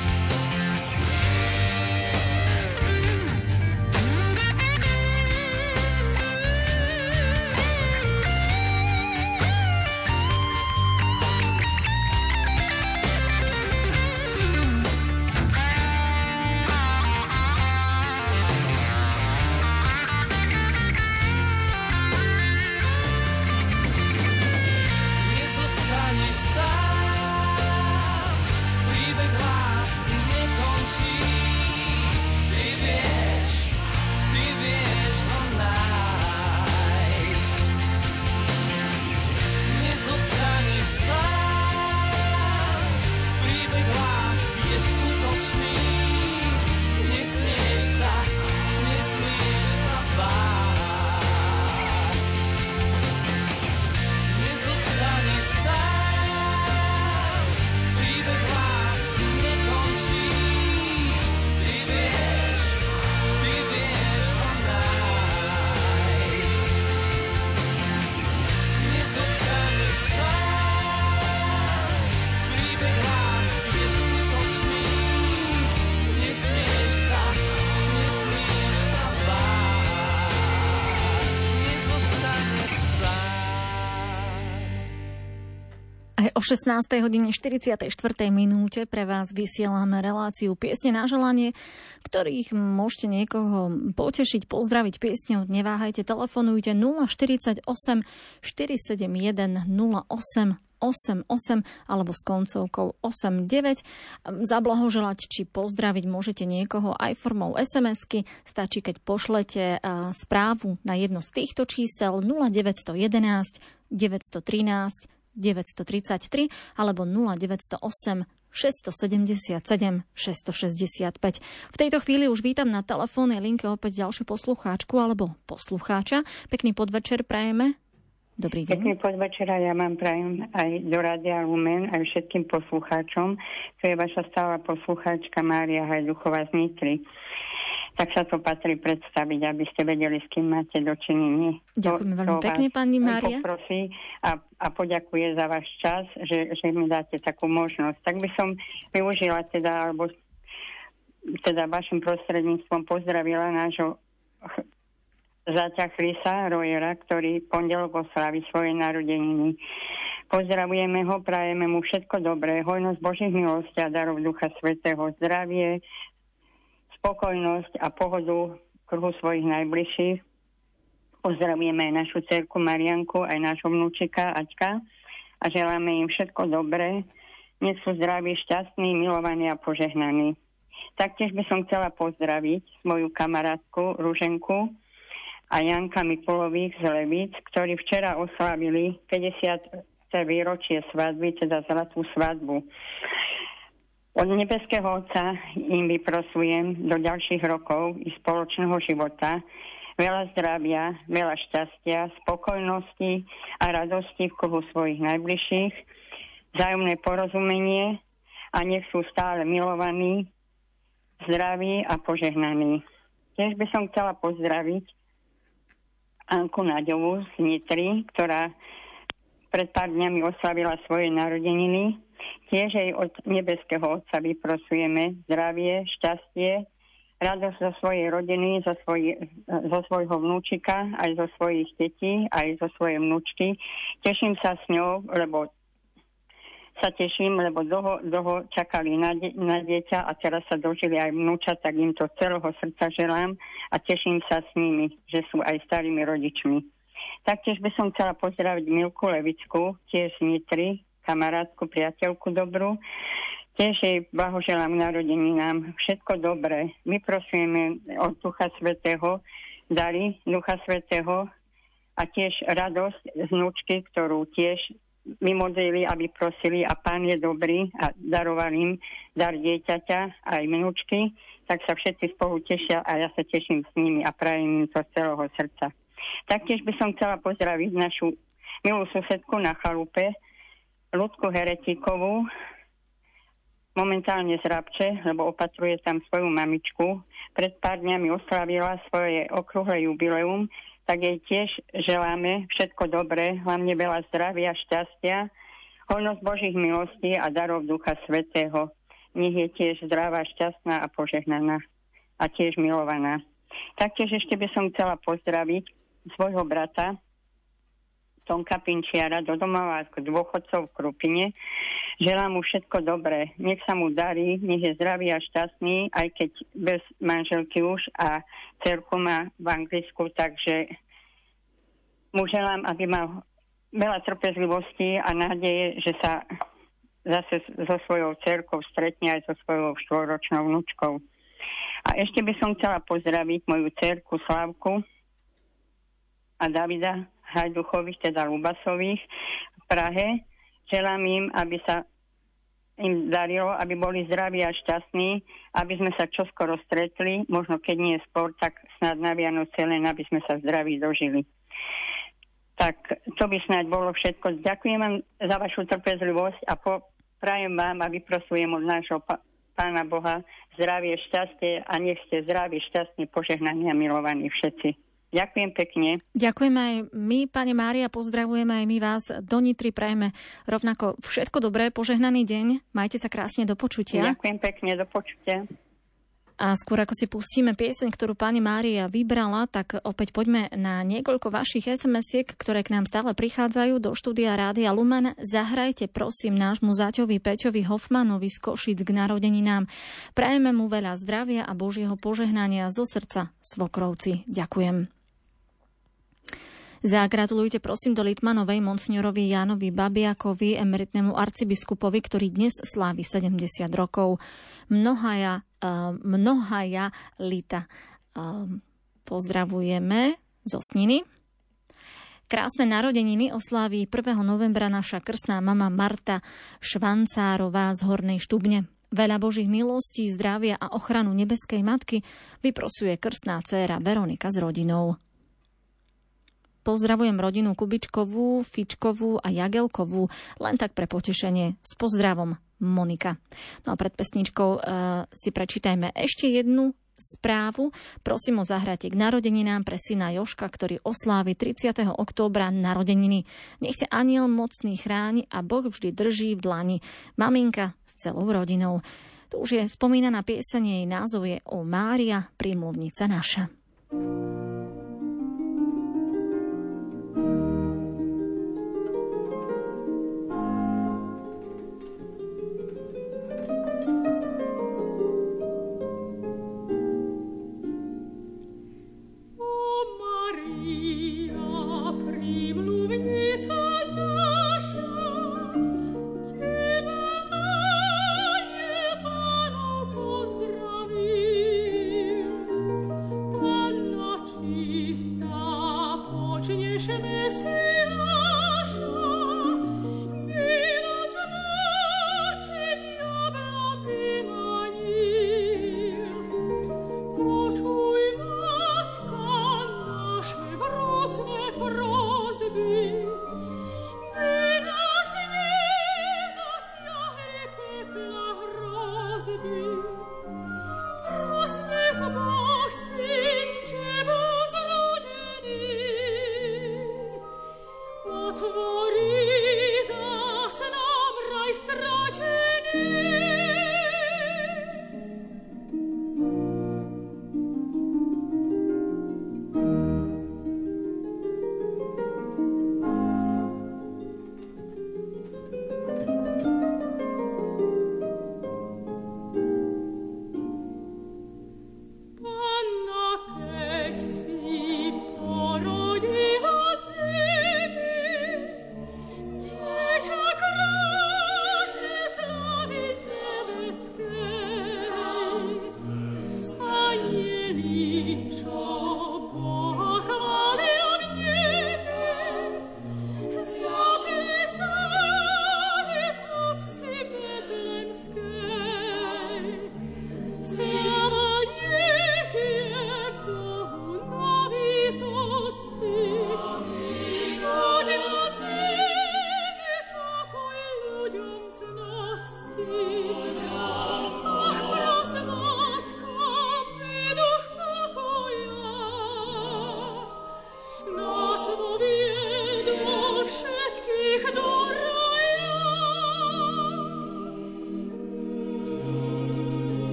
Nezostaneš sám, príbeh lásky nekončí. Ty vieš, ty vieš ho nájsť. Nezostaneš sám, príbeh lásky je skutočný. Nesmieš sa, nesmieš sa báť. Nezostaneš sám, príbeh lásky nekončí. Ty vieš, ty vieš ho nájsť. Nezostaneš sám, príbeh lásky je skutočný. Nesmieš sa, nesmieš sa báť. Nezostaneš sám. Aj o šestnástej hodine štyridsiatej štvrtej minúte pre vás vysielame reláciu Piesne na želanie, ktorých môžete niekoho potešiť, pozdraviť piesňou. Neváhajte, telefonujte nula štyridsaťosem štyristosedemdesiatjeden nula osem osem osem alebo s koncovkou osem deväť. Zablahoželať či pozdraviť môžete niekoho aj formou es em esky. Stačí, keď pošlete správu na jedno z týchto čísel nula deväť jeden jedna deväť jedna tri deväť tri tri alebo nula deväť nula osem šesť sedem sedem šesť šesť päť. V tejto chvíli už vítam na telefónnej linke opäť ďalšiu poslucháčku alebo poslucháča. Pekný podvečer prajeme. Dobrý deň. Pekný podvečer, ja mám prajem aj do Rádia Lumen, aj všetkým poslucháčom. To je vaša stála poslucháčka Mária Hajduchová z Nitry. Tak sa to patrí predstaviť, aby ste vedeli, s kým máte dočinenie. Ďakujeme veľmi pekne, pani Mária. Poprosí a, a poďakuje za váš čas, že, že mi dáte takú možnosť. Tak by som využila teda, alebo teda vašim prostredníctvom pozdravila nášho zaťa Chrisa Rojera, ktorý pondelok oslaví svoje narodeniny. Pozdravujeme ho, prajeme mu všetko dobré, hojnosť Božích milostí a darov Ducha Svätého, zdravie, spokojnosť a pohodu v kruhu svojich najbližších. Pozdravujeme aj našu dcerku Marianku, aj nášho vnúčika Aťka a želáme im všetko dobré. Nech sú zdraví, šťastní, milovaní a požehnaní. Taktiež by som chcela pozdraviť moju kamarátku Ruženku a Janka Mikulových z Levíc, ktorí včera oslávili päťdesiate výročie svadby, teda zlatú svadbu. Od nebeského Otca im vyprosujem do ďalších rokov i spoločného života, veľa zdravia, veľa šťastia, spokojnosti a radosti v kruhu svojich najbližších, vzájomné porozumenie a nech sú stále milovaní, zdraví a požehnaní. Tiež by som chcela pozdraviť Anku Naďovú z Nitry, ktorá pred pár dňami oslavila svoje narodeniny. Tiež jej od nebeského Otca vyprosujeme zdravie, šťastie, radosť zo svojej rodiny, zo, svoj, zo svojho vnúčika, aj zo svojich detí, aj zo svojej vnúčky. Teším sa s ňou, lebo sa teším, lebo dlho, dlho čakali na, de- na dieťa a teraz sa dožili aj vnúča, tak im to celého srdca želám a teším sa s nimi, že sú aj starými rodičmi. Taktiež by som chcela pozdraviť Milku Levickú, tiež z Nitry, kamarátku, priateľku dobrú. Tiež jej blahoželám narodeninám. Všetko dobré. My prosíme od Ducha Svätého dary Ducha Svätého a tiež radosť z vnúčky, ktorú tiež my modlili, aby prosili a Pán je dobrý a daroval im dar dieťaťa aj vnúčky, tak sa všetci spolu tešia a ja sa teším s nimi a prajem im to z celého srdca. Taktiež by som chcela pozdraviť našu milú susedku na chalupe, Ľudku Heretíkovú, momentálne z Rabče, lebo opatruje tam svoju mamičku. Pred pár dňami oslavila svoje okrúhle jubileum, tak jej tiež želáme všetko dobré, hlavne veľa zdravia, šťastia, hojnosť Božích milostí a darov Ducha Svätého. Nech je tiež zdravá, šťastná a požehnaná a tiež milovaná. Taktiež ešte by som chcela pozdraviť svojho brata Tonka Pinčiara do domova dôchodcov v Krupine. Želám mu všetko dobré. Nech sa mu darí, nech je zdravý a šťastný, aj keď bez manželky už a dcerku má v Anglicku, takže mu želám, aby mal veľa trpezlivosti a nádeje, že sa zase so svojou dcerkou stretne aj so svojou štvoročnou vnúčkou. A ešte by som chcela pozdraviť moju dcerku Slávku a Davida Hajduchových, teda Lubasových v Prahe. Želám im, aby sa im darilo, aby boli zdraví a šťastní, aby sme sa čoskoro stretli, možno keď nie je spor, tak snad na Vianoce len, aby sme sa zdraví dožili. Tak to by snáď bolo všetko. Ďakujem vám za vašu trpezlivosť a po, prajem vám a vyprosujem od nášho pa, Pána Boha zdravie, šťastie a nech ste zdraví, šťastní, požehnaní a milovaní všetci. Ďakujem pekne. Ďakujeme aj my, pani Mária, pozdravujeme aj my vás do Nitry, prajeme rovnako všetko dobré, požehnaný deň, majte sa krásne, do počutia. Ďakujem pekne, do počutia. A skôr ako si pustíme pieseň, ktorú pani Mária vybrala, tak opäť poďme na niekoľko vašich es em esiek, ktoré k nám stále prichádzajú do štúdia Rádia Lumen. Zahrajte prosím nášmu Zaťovi Peťovi Hofmanovi z Košíc k narodeninám. Prajeme mu veľa zdravia a Božieho požehnania zo srdca, svokrovci. Ďakujem. Zagratulujte prosím do Litmanovej monsignorovi Jánovi Babiakovi, emeritnému arcibiskupovi, ktorý dnes slávi sedemdesiat rokov. Mnohaja, uh, mnohaja lita. Uh, pozdravujeme zo Sniny. Krásne narodeniny osláví prvého novembra naša krstná mama Marta Švancárová z Hornej Štubne. Veľa Božích milostí, zdravia a ochranu nebeskej matky vyprosuje krstná dcéra Veronika s rodinou. Pozdravujem rodinu Kubičkovú, Fičkovú a Jagelkovú, len tak pre potešenie. S pozdravom, Monika. No a pred pesničkou uh, si prečítajme ešte jednu správu. Prosím o zahratie k narodeninám pre syna Joška, ktorý oslávi tridsiateho októbra narodeniny. Nech ťa Aniel mocný chráni a Boh vždy drží v dlani. Maminka s celou rodinou. Tu už je spomínaná pieseň, jej názov je O Mária, prímluvnica naša.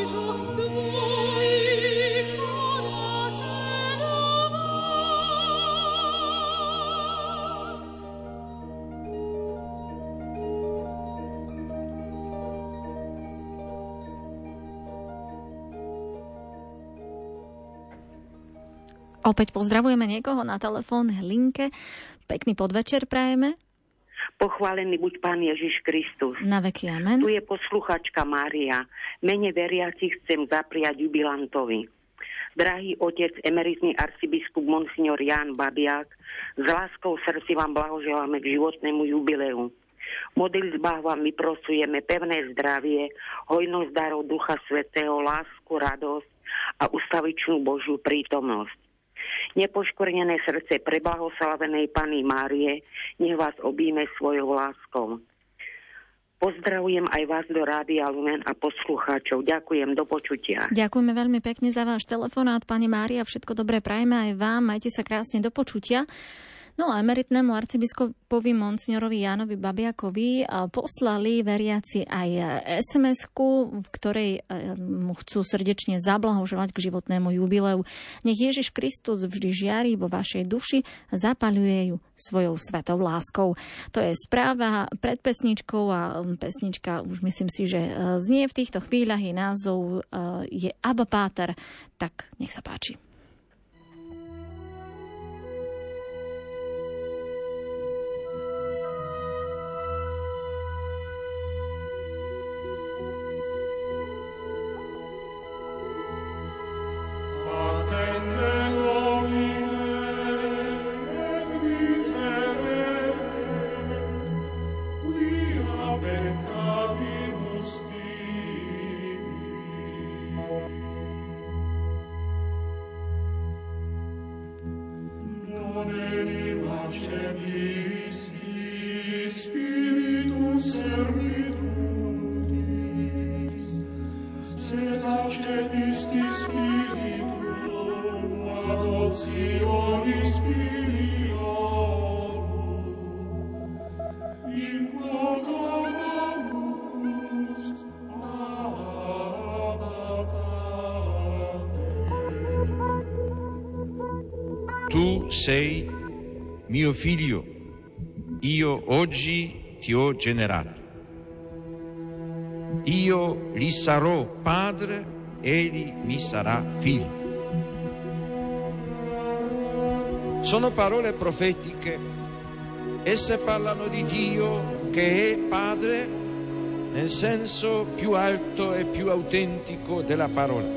Opäť pozdravujeme niekoho na telefónnej linke. Pekný podvečer prajeme. Pochválený buď Pán Ježiš Kristus. Na veky amen. Tu je posluchačka Mária. Mene veriacich chcem zapriať jubilantovi. Drahý otec, emeritný arcibiskup Monsignor Ján Babiak, s láskou v srdci vám blahoželáme k životnému jubileu. V modlitbách vám vyprosujeme pevné zdravie, hojnosť darov Ducha Svätého, lásku, radosť a ustavičnú Božiu prítomnosť. Nepoškvrnené srdce preblahoslavenej Panny Márie nech vás obíme svojou láskou. Pozdravujem aj vás do Rádia Lumen a poslucháčov. Ďakujem, do počutia. Ďakujeme veľmi pekne za váš telefonát, pani Mária. Všetko dobré prajeme aj vám. Majte sa krásne, do počutia. No a emeritnému arcibiskupovi monsignorovi Jánovi Babiakovi poslali veriaci aj es em esku, v ktorej mu chcú srdečne zablahoželať k životnému jubileu. Nech Ježiš Kristus vždy žiari vo vašej duši, zapaľuje ju svojou svetou láskou. To je správa pred pesničkou a pesnička už myslím si, že znie v týchto chvíľach, jej názov je Abba Páter, tak nech sa páči. Tu sei mio figlio, io oggi ti ho generato. Io gli sarò padre, egli mi sarà figlio. Sono parole profetiche, esse parlano di Dio che è padre nel senso più alto e più autentico della parola.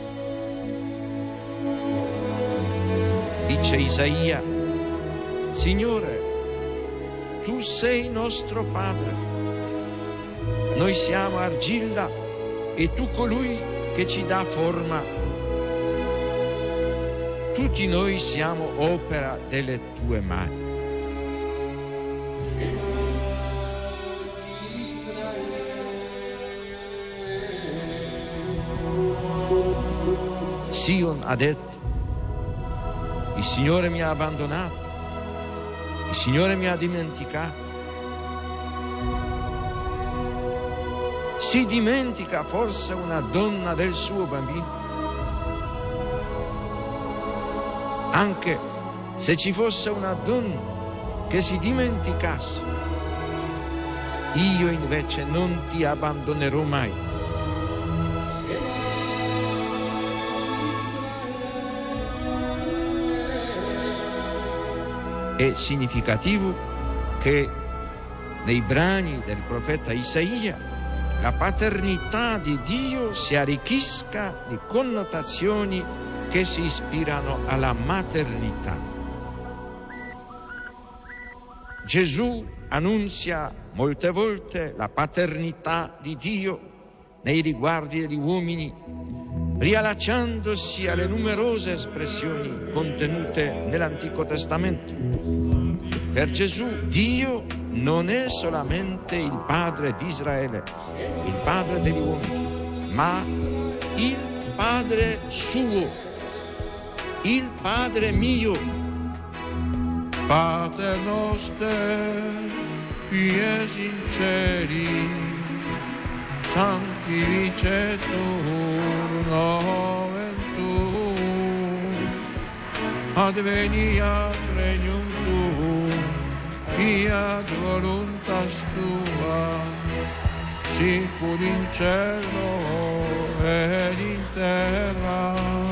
Dice Isaia, Signore, tu sei nostro Padre, noi siamo argilla e tu colui che ci dà forma. Tutti noi siamo opera delle tue mani. Sion ha detto, il Signore mi ha abbandonato, il Signore mi ha dimenticato. Si dimentica forse una donna del suo bambino? Anche se ci fosse una donna che si dimenticasse, io invece non ti abbandonerò mai. È significativo che nei brani del profeta Isaia la paternità di Dio si arricchisca di connotazioni che si ispirano alla maternità. Gesù annunzia molte volte la paternità di Dio nei riguardi degli uomini, riallacciandosi alle numerose espressioni contenute nell'Antico Testamento. Per Gesù Dio non è solamente il padre di Israele, il padre degli uomini, ma il padre suo, il padre mio. Pater noster, qui es in celi, sanctificetur adveniat regnum tuum, fiat voluntas tua, sicur in cielo ed in terra.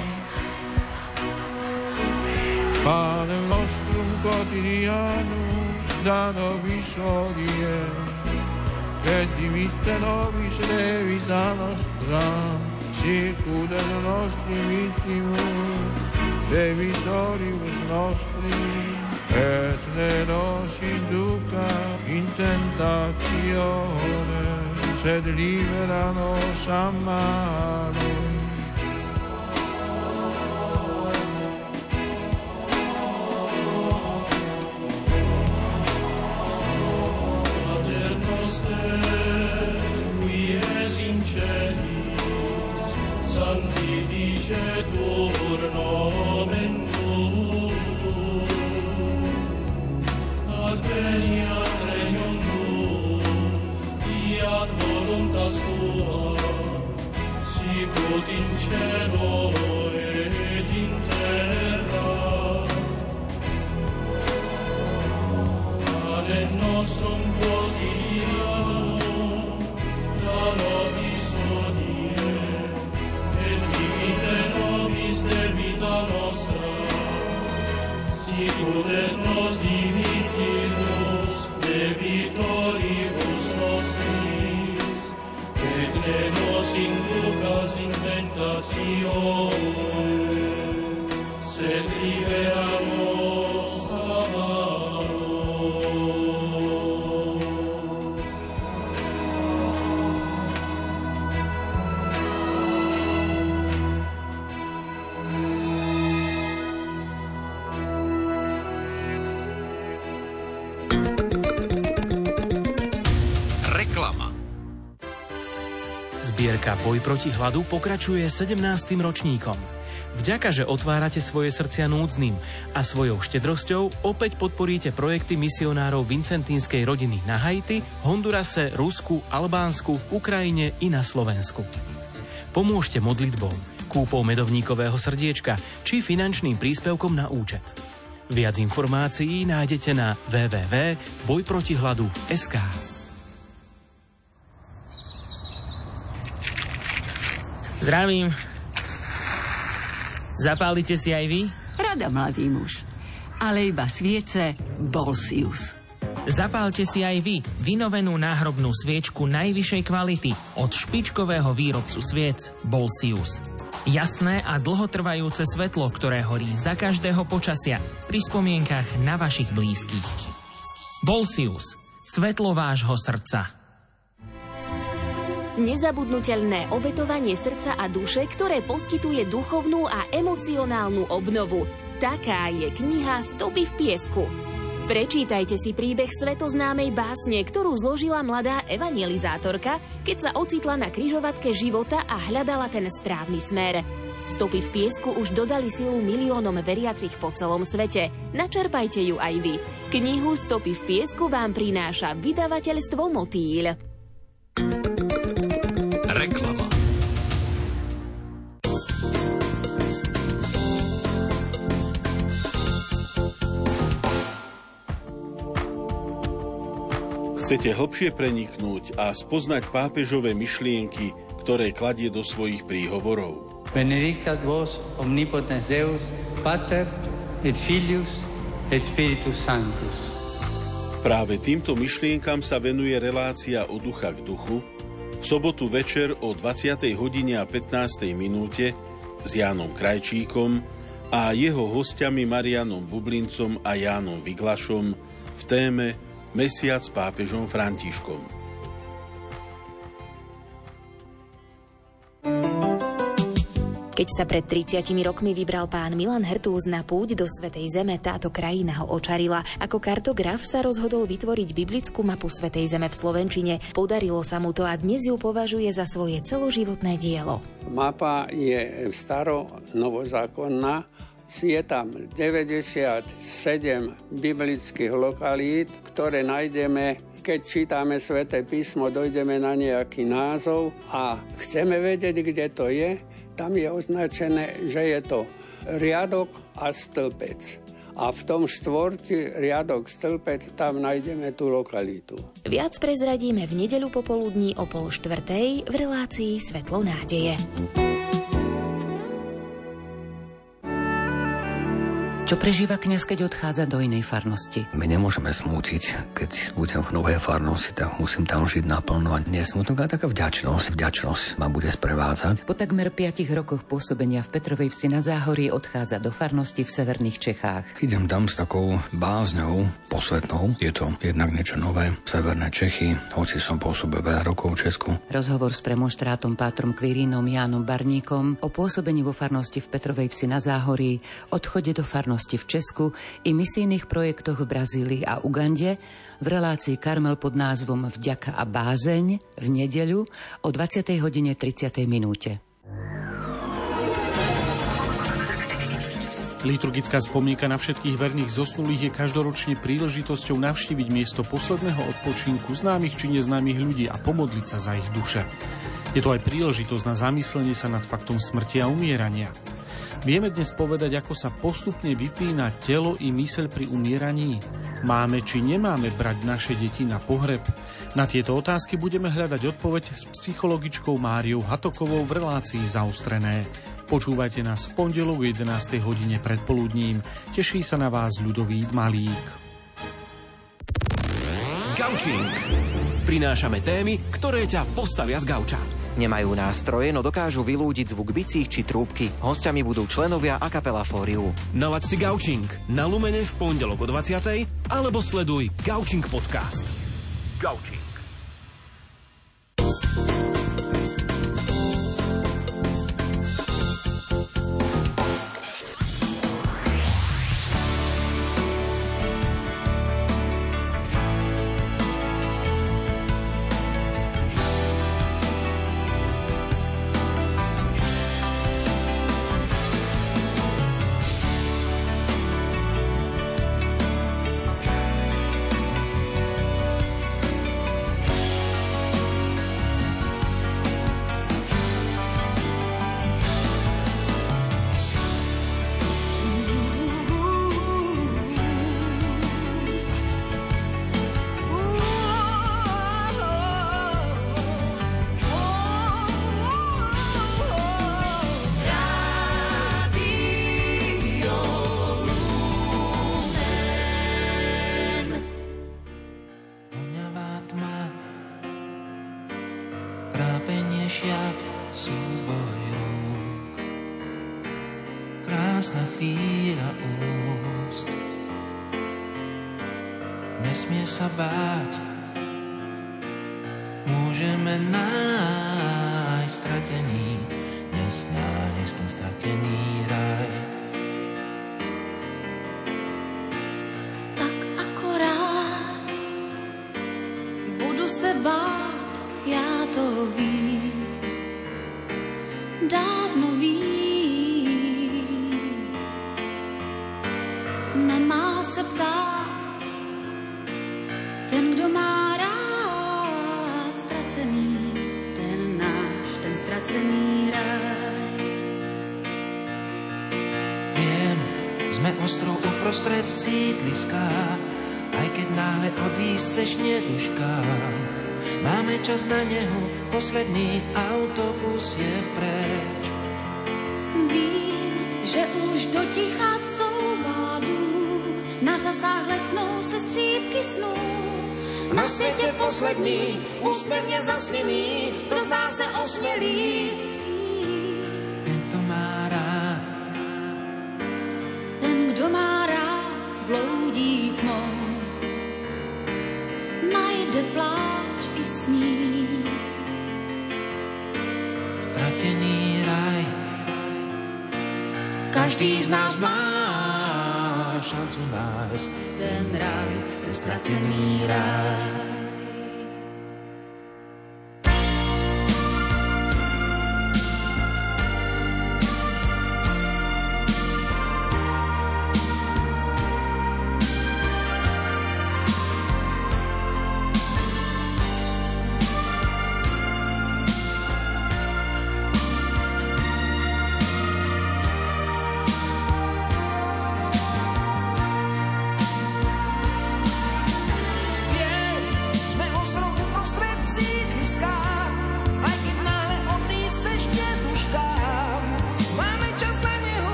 Pane nostrum quotidianum da nobis hodie, et dimitte nobis debita nostra, sicur et nostri vittimus debitoribus nostri, et ne nos induca in tentatione, sed libera nos a malo. Pater noster, qui es in celis, sanctificetur nomen tuum, adveniat regnum tuum, fiat voluntas tua, sicut in cielo et in terra. Pane nostrum quotidianum da nobis hodie, et dimitte nobis debita nostra, sicut et nos dimittimus debitoribus nostris, et ne nos inducas in tentatione, sed libera nos a malo. Zbierka Boj proti hladu pokračuje sedemnástym ročníkom. Vďaka, že otvárate svoje srdcia núdznym a svojou štedrosťou opäť podporíte projekty misionárov vincentínskej rodiny na Haiti, Hondurase, Rusku, Albánsku, Ukrajine i na Slovensku. Pomôžte modlitbou, kúpou medovníkového srdiečka či finančným príspevkom na účet. Viac informácií nájdete na w w w bodka boj proti hladu bodka es ká. Zdravím. Zapálite si aj vy? Rada, mladý muž. Ale iba sviece Bolsius. Zapálte si aj vy vynovenú náhrobnú sviečku najvyššej kvality od špičkového výrobcu sviec Bolsius. Jasné a dlhotrvajúce svetlo, ktoré horí za každého počasia pri spomienkach na vašich blízkych. Bolsius. Svetlo vášho srdca. Nezabudnuteľné obetovanie srdca a duše, ktoré poskytuje duchovnú a emocionálnu obnovu. Taká je kniha Stopy v piesku. Prečítajte si príbeh svetoznámej básne, ktorú zložila mladá evangelizátorka, keď sa ocitla na križovatke života a hľadala ten správny smer. Stopy v piesku už dodali silu miliónom veriacich po celom svete. Načerpajte ju aj vy. Knihu Stopy v piesku vám prináša vydavateľstvo Motýl. Reklama. Chcete hlbšie preniknúť a spoznať pápežové myšlienky, ktoré kladie do svojich príhovorov? Benedicat vos omnipotens Deus, Pater et Filius et Spiritus Sanctus. Práve týmto myšlienkam sa venuje relácia Od ducha k duchu v sobotu večer o dvadsiatej hodine a pätnástej minúte s Jánom Krajčíkom a jeho hostiami Marianom Bublincom a Jánom Viglašom v téme Mesiac s pápežom Františkom. Keď sa pred tridsiatimi rokmi vybral pán Milan Hertúz na púť do Svätej Zeme, táto krajina ho očarila. Ako kartograf sa rozhodol vytvoriť biblickú mapu Svätej Zeme v slovenčine. Podarilo sa mu to a dnes ju považuje za svoje celoživotné dielo. Mapa je staro-novozákonná. Je tam deväťdesiatsedem biblických lokalít, ktoré nájdeme keď čítame Sväté písmo, dojdeme na nejaký názov a chceme vedieť, kde to je, tam je označené, že je to riadok a stĺpec. A v tom štvorci riadok stĺpec, tam nájdeme tú lokalitu. Viac prezradíme v nedeľu popoludní o pol štvrtej v relácii Svetlo nádeje. Čo prežíva kňaz, keď odchádza do inej farnosti? My nemôžeme smútiť, keď budem v novej farnosti, tak musím tam žiť naplno a nesmutok, ale taká vďačnosť, vďačnosť ma bude sprevádzať. Po takmer piatich rokoch pôsobenia v Petrovej Vsi na Záhorí odchádza do farnosti v severných Čechách. Idem tam s takou bázňou posvetnou. Je to jednak niečo nové. Severné Čechy, hoci som pôsobil veľa rokov v Česku. Rozhovor s premonštrátom pátrom Quirínom Jánom Barníkom o pôsobení vo farnosti v Petrovej Vsi na Záhorí, odchode do farnosti v Česku i misijných projektoch v Brazílii a Ugande v relácii Karmel pod názvom Vďaka a bázeň v nedeľu o dvadsiatej hodine tridsať minúte. Liturgická spomienka na všetkých verných zosnulých je každoročne príležitosťou navštíviť miesto posledného odpočinku známych či neznámych ľudí a pomodliť sa za ich duše. Je to aj príležitosť na zamyslenie sa nad faktom smrti a umierania. Vieme dnes povedať, ako sa postupne vypína telo i myseľ pri umieraní? Máme či nemáme brať naše deti na pohreb? Na tieto otázky budeme hľadať odpoveď s psychologičkou Máriou Hatokovou v relácii Zaostrené. Počúvajte nás v pondelok o jedenástej hodine predpoludním. Teší sa na vás Ľudovít Malík. Gaučing. Prinášame témy, ktoré ťa postavia z gauča. Nemajú nástroje, no dokážu vylúdiť zvuk bicích či trúbky. Hostiami budú členovia a kapela Fóriu. Nalaď si Gaučing na Lumene v pondelok o dvadsiatej alebo sleduj Gaučing podcast. Gaučing. Prostred sídliska, aj keď náhle odísť seš neduška. Máme čas na nehu, posledný autobus je preč. Vím, že už do ticha couvádu, na řasách lesknou se střípky snů. Na světě poslední, úsměvně zasněný, kdo z nás se osmělí. Ten, kdo má rád, ten, kdo má rád, bloudí tmou, najde pláč i smích. Stratený raj, každý z nás má šancu nájsť ten raj, ten stratený raj.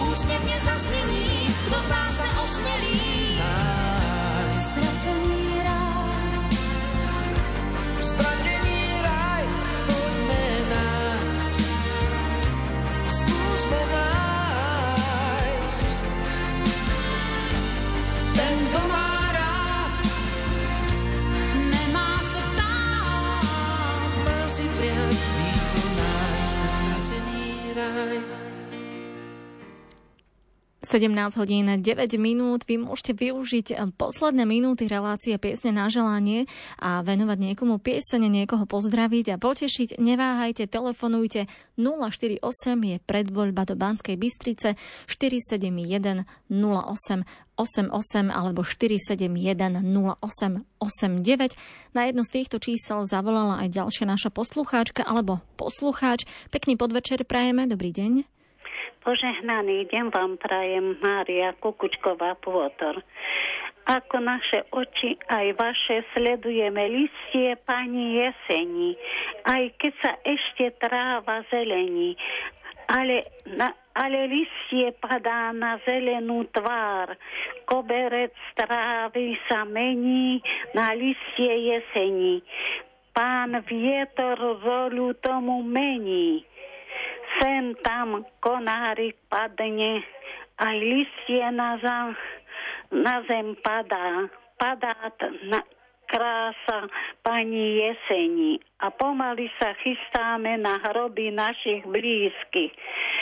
úsměvně zasnění, kdo z nás se osmělí. Ztracený ráj, Stratený raj, poďme nájsť. Skúsme nájsť. ten, kdo má rád, nemá se ptát. Má si priať rýchlo nájsť ten stratený raj. sedemnásť hodín deväť minút. Vy môžete využiť posledné minúty relácie Piesne na želanie a venovať niekomu piesene, niekoho pozdraviť a potešiť. Neváhajte, telefonujte. nula štyri osem je predvoľba do Banskej Bystrice, štyri sedem jeden nula osem osem osem alebo štyri sedem jeden nula osem osem deväť. Na jedno z týchto čísel zavolala aj ďalšia naša poslucháčka alebo poslucháč. Pekný podvečer prajeme, dobrý deň. Požehnaný deň vám prajem, Mária Kukučková Pôtor. Ako naše oči aj vaše sledujeme listie pani jeseni, aj keď sa ešte tráva zelení, ale, na, ale listie padá na zelenú tvár, koberec trávy sa mení na listie jeseni. Pán vietor rolu tomu mení. Sem tam konárik padne, aj listie na, za, na zem padá. Padá t- na krása pani jeseni a pomaly sa chystáme na hroby našich blízkych.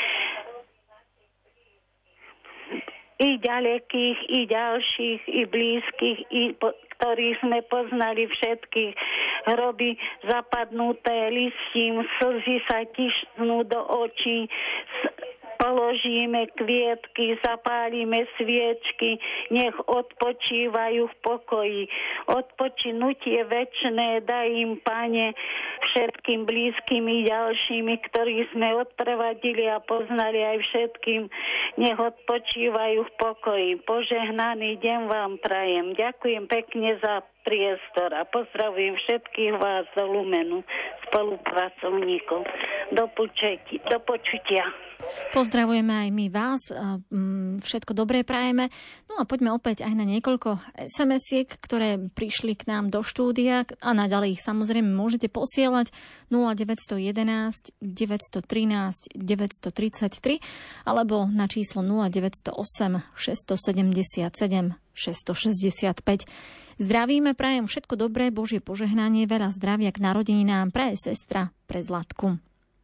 I ďalekých, i ďalších, i blízkych, i po- ktorých sme poznali všetkých. Hroby zapadnuté listím, slzy sa tišnú do očí, položíme kvietky, zapálime sviečky, nech odpočívajú v pokoji. Odpočinutie večné daj im, Pane, všetkým blízkymi ďalšími, ktorých sme odprevadili a poznali aj všetkým, nech odpočívajú v pokoji. Požehnaný deň vám prajem. Ďakujem pekne za priestor a pozdravujem všetkých vás do Lumenu, spolupracovníkov. Do, počutia, do počutia. Pozdravujeme aj my vás, všetko dobré prajeme. No a poďme opäť aj na niekoľko es em esiek, ktoré prišli k nám do štúdia a naďalej ich samozrejme môžete posielať nula deväť jedna jedna, deväť jedna tri, deväť tri tri alebo na číslo nula deväť nula osem, šesť sedem sedem, šesť šesť päť. Zdravíme, prajem všetko dobré, Božie požehnanie, veľa zdravia k narodeninám, praje sestra pre Zlatku.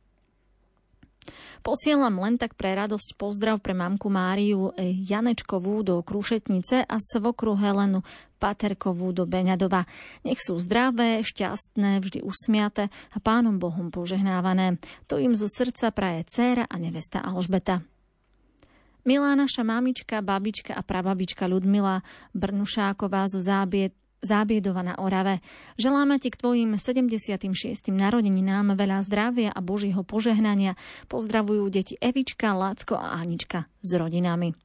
Posielam len tak pre radosť pozdrav pre mamku Máriu Janečkovú do Krušetnice a svokru Helenu Paterkovú do Beňadova. Nech sú zdravé, šťastné, vždy usmiate a Pánom Bohom požehnávané. To im zo srdca praje dcéra a nevesta Alžbeta. Milá naša mamička, babička a prababička Ľudmila Brnušáková zo Zábied, Zábiedova na Orave. Želáme ti k tvojim sedemdesiatym šiestym narodeninám veľa zdravia a Božieho požehnania. Pozdravujú deti Evička, Lácko a Anička s rodinami.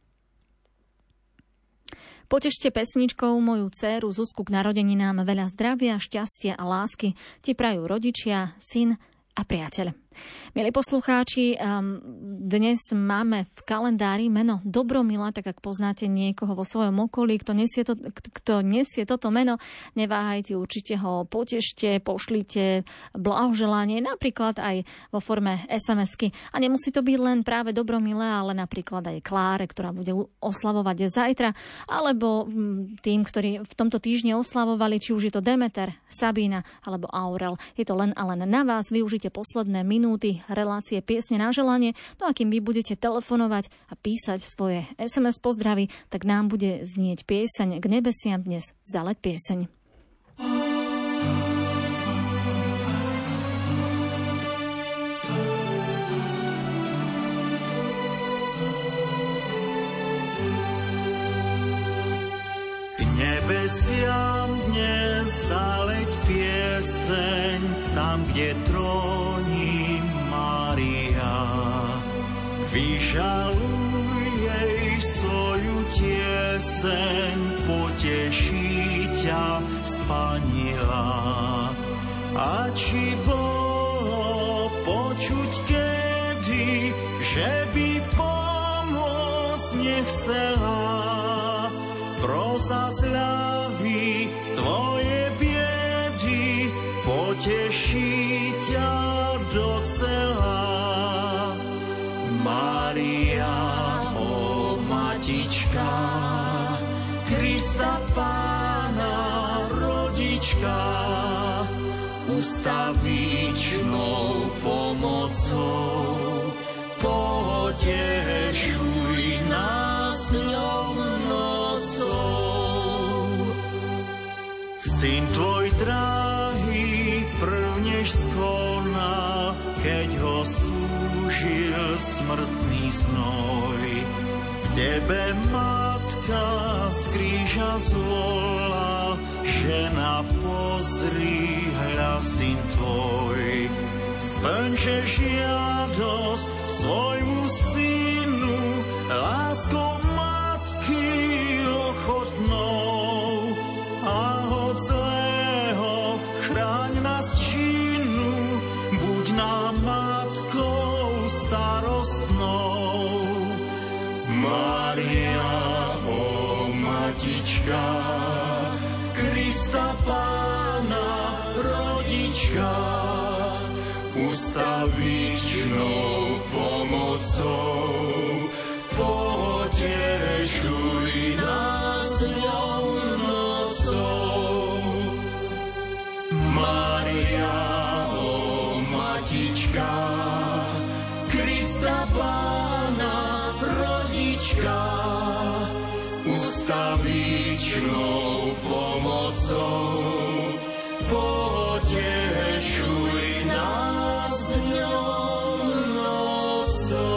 Potešte pesničkou moju dcéru Zuzku k narodeninám veľa zdravia, šťastia a lásky. Ti prajú rodičia, syn a priateľ. Milí poslucháči, dnes máme v kalendári meno Dobromila, tak ak poznáte niekoho vo svojom okolí, kto nesie, to, kto nesie toto meno, neváhajte, určite ho potešte, pošlite blahoželanie, napríklad aj vo forme es em esky. A nemusí to byť len práve Dobromilé, ale napríklad aj Kláre, ktorá bude oslavovať zajtra, alebo tým, ktorí v tomto týždni oslavovali, či už je to Demeter, Sabína alebo Aurel. Je to len a len na vás, využite posledné minúty minúty relácie Piesne na želanie. No a kým vy budete telefonovať a písať svoje es em es pozdravy, tak nám bude znieť pieseň K nebesiam dnes zaleť pieseň. K nebesiam dnes zaleť pieseň, tam, kde tróni Mária. Vyžaluj jej svoju tieseň, poteší ťa spanila. A či bolo počuť kedy, že by pomohla chcela, proza zľavy tvoje biedy, poteší ťa docela. Mária, o matička, Krista Pána rodička, ustavičnou pomocou potešuj nás dňou nocou. Syn tvoj drahý prvnež skonal, keď ho súžil smrtný znoj. K tebe matka z kríža zvolá, žena pozri, hľa syn tvoj. Splňže žiadosť svojmu synu, láskou matky ochotnou, a od zlého chráň nás činu, buď nám matkou starostnou. Mária, o matička, Krista Pána rodička, ustavičnou pomocou potešuj nás dňou nocou. Mária, o matička, Krista Pána rodička, ustavičnou pomocou potešuj nás dňou nocou.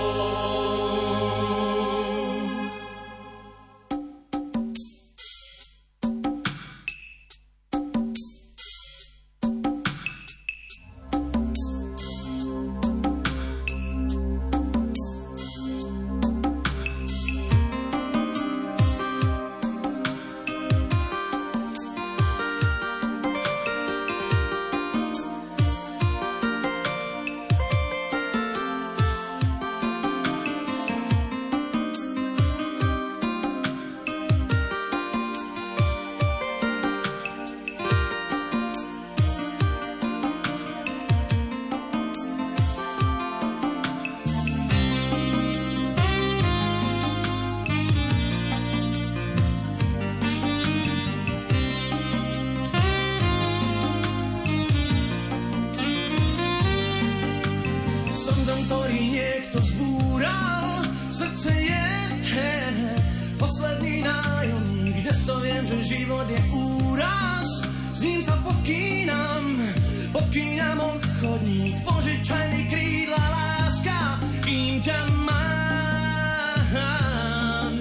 Posledný nájomník, dnes to viem, že život je úraz. S ním sa podkýnam, podkýnam ochotník, požičaj mi krídla láska, kým ťa mám.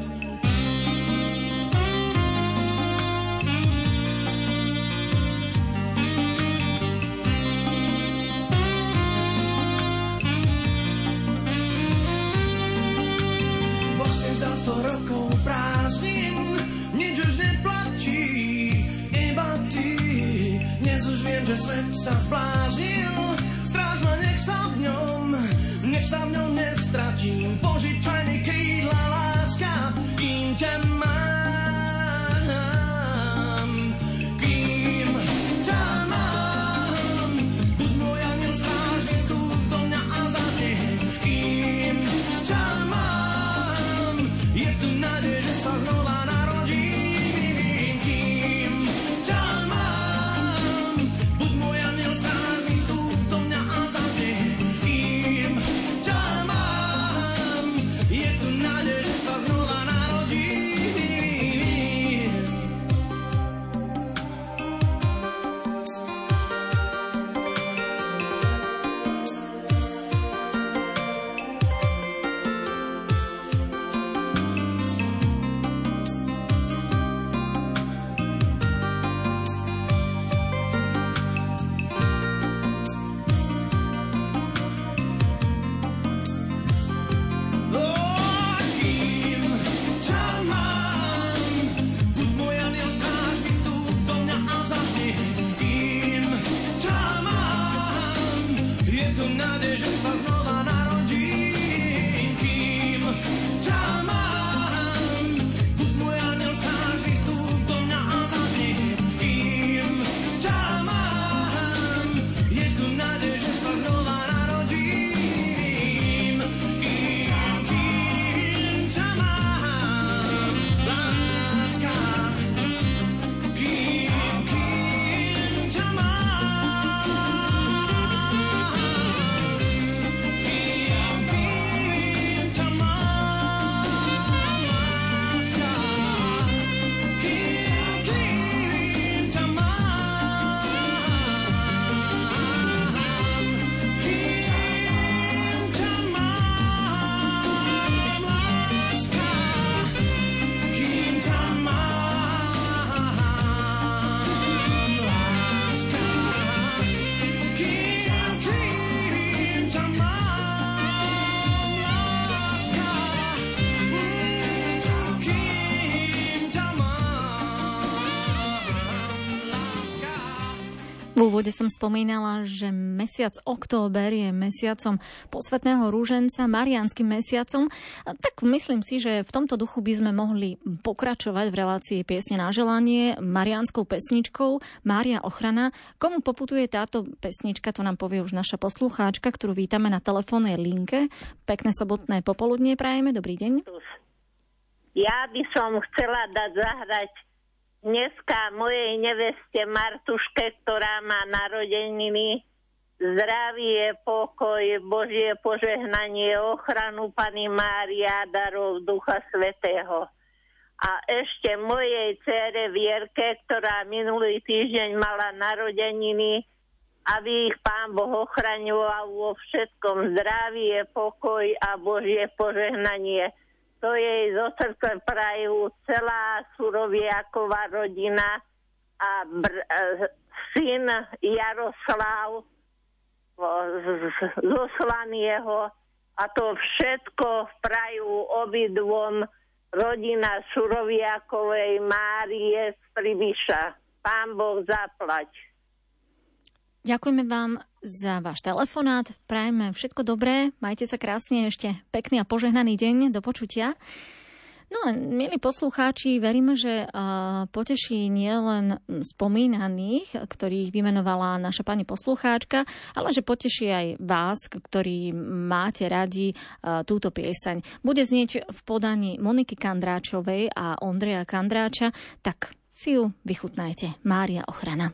Bosne za sto rokov prázdnin, nič už neplatí, iba ty. Dnes už viem, že svet sa zbláznil, stráž ma, nech sa v ňom, nech sa v ňom nestratím. Požičaj mi krídla láska, kým ťa mám. Kým ťa mám, buď môj aniel strážny, vstúp do mňa a zaznie. Kým ťa mám, je tu nádej, že sa znova narodím. Kým ťa mám, buď môj aniel strážny, vstúp do mňa a zaznie. Kým ťa mám, je tu nádej, že sa znova narodím. V úvode som spomínala, že mesiac október je mesiacom posvätného rúženca, mariánskym mesiacom. Tak myslím si, že v tomto duchu by sme mohli pokračovať v relácii Piesne na želanie mariánskou pesničkou Mária ochrana. Komu poputuje táto pesnička, to nám povie už naša poslucháčka, ktorú vítame na telefónnej linke. Pekné sobotné popoludnie prajeme. Dobrý deň. Ja by som chcela dať zahrať dneska mojej neveste Martuške, ktorá má narodeniny, zdravie, pokoj, Božie požehnanie, ochranu Panny Mária, darov Ducha Svätého. A ešte mojej dcére Vierke, ktorá minulý týždeň mala narodeniny, aby ich Pán Boh ochraňoval vo všetkom, zdravie, pokoj a Božie požehnanie. To jej zo srdca prajú celá Suroviaková rodina a br- syn Jaroslav zo Slanieho, a to všetko prajú obidvom rodina Suroviakovej Márie z Pribiša. Pán Boh zaplať. Ďakujeme vám za váš telefonát. Prajeme všetko dobré. Majte sa krásne, ešte pekný a požehnaný deň. Do počutia. No a milí poslucháči, veríme, že uh, poteší nielen spomínaných, ktorých vymenovala naša pani poslucháčka, ale že poteší aj vás, ktorí máte radi uh, túto piesaň. Bude znieť v podaní Moniky Kandráčovej a Ondreja Kandráča, tak si ju vychutnajte. Mária ochrana.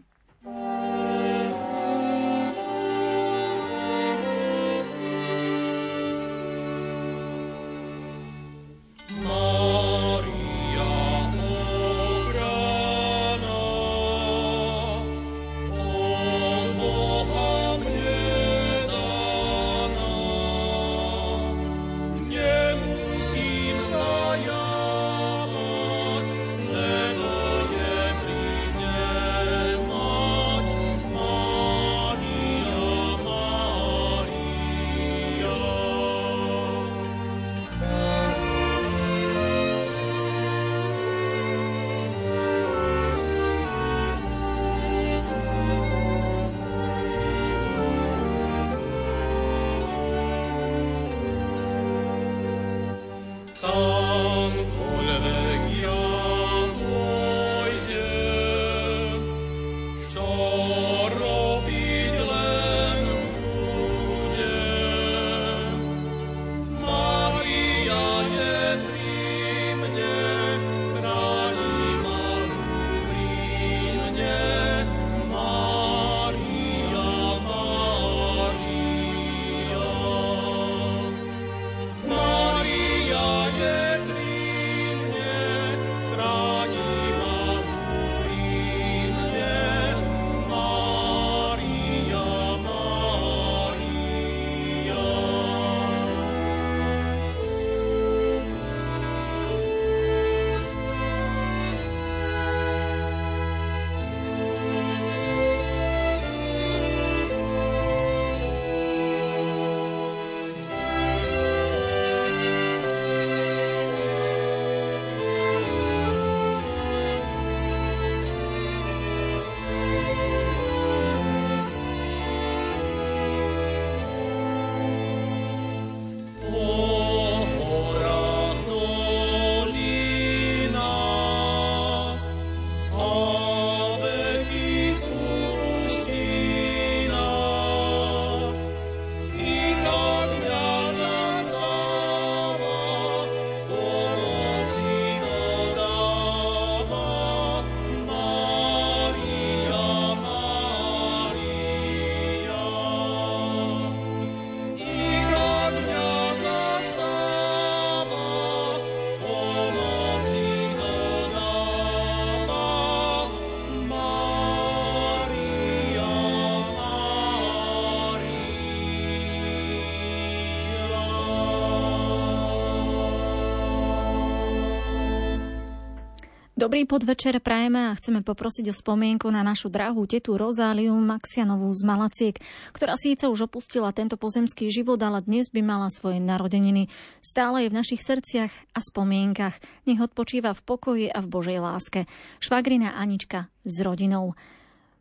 Dobrý podvečer prajeme a chceme poprosiť o spomienku na našu drahú tetu Rozáliu Maxianovú z Malaciek, ktorá síce už opustila tento pozemský život, ale dnes by mala svoje narodeniny. Stále je v našich srdciach a spomienkach. Nech odpočíva v pokoji a v Božej láske. Švagrina Anička s rodinou.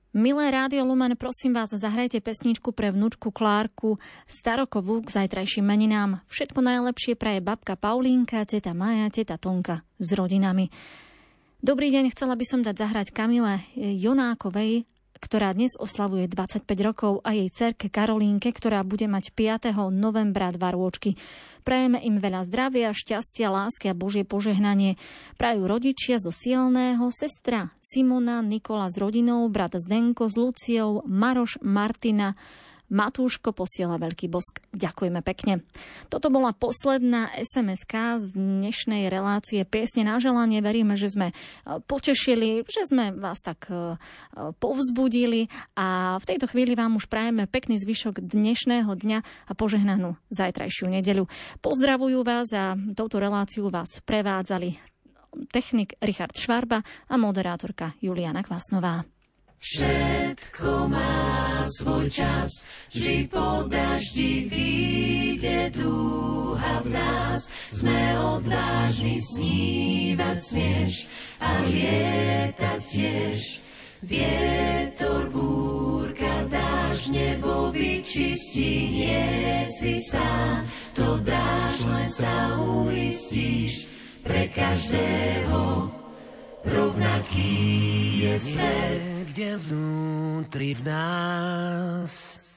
Milé Rádio Lumen, prosím vás, zahrajte pesničku pre vnúčku Klárku Starokovú k zajtrajším meninám. Všetko najlepšie praje babka Paulínka, teta Maja, teta Tonka s rodinami. Dobrý deň, chcela by som dať zahrať Kamile Jonákovej, ktorá dnes oslavuje dvadsaťpäť rokov, a jej dcerke Karolínke, ktorá bude mať piateho novembra dva rôčky. Prajeme im veľa zdravia, šťastia, lásky a Božie požehnanie. Prajú rodičia zo Sielného, sestra Simona, Nikola s rodinou, brat Zdenko s Luciou, Maroš, Martina, Matúško posiela veľký bosk. Ďakujeme pekne. Toto bola posledná es em eska z dnešnej relácie Piesne na želanie. Veríme, že sme potešili, že sme vás tak povzbudili a v tejto chvíli vám už prajeme pekný zvyšok dnešného dňa a požehnanú zajtrajšiu nedeľu. Pozdravujú vás a touto reláciu vás prevádzali technik Richard Švarba a moderátorka Juliana Kvasnová. Všetko má svoj čas, vždy po daždi vyjde dúha v nás. Sme odvážni, snívať smieš a lietať tiež. Vietor, búrka, dáš, nebo vyčistí, nie si sám. To dáš, len sa uistíš, pre každého rovnaký je svet. Kde vnútri v nás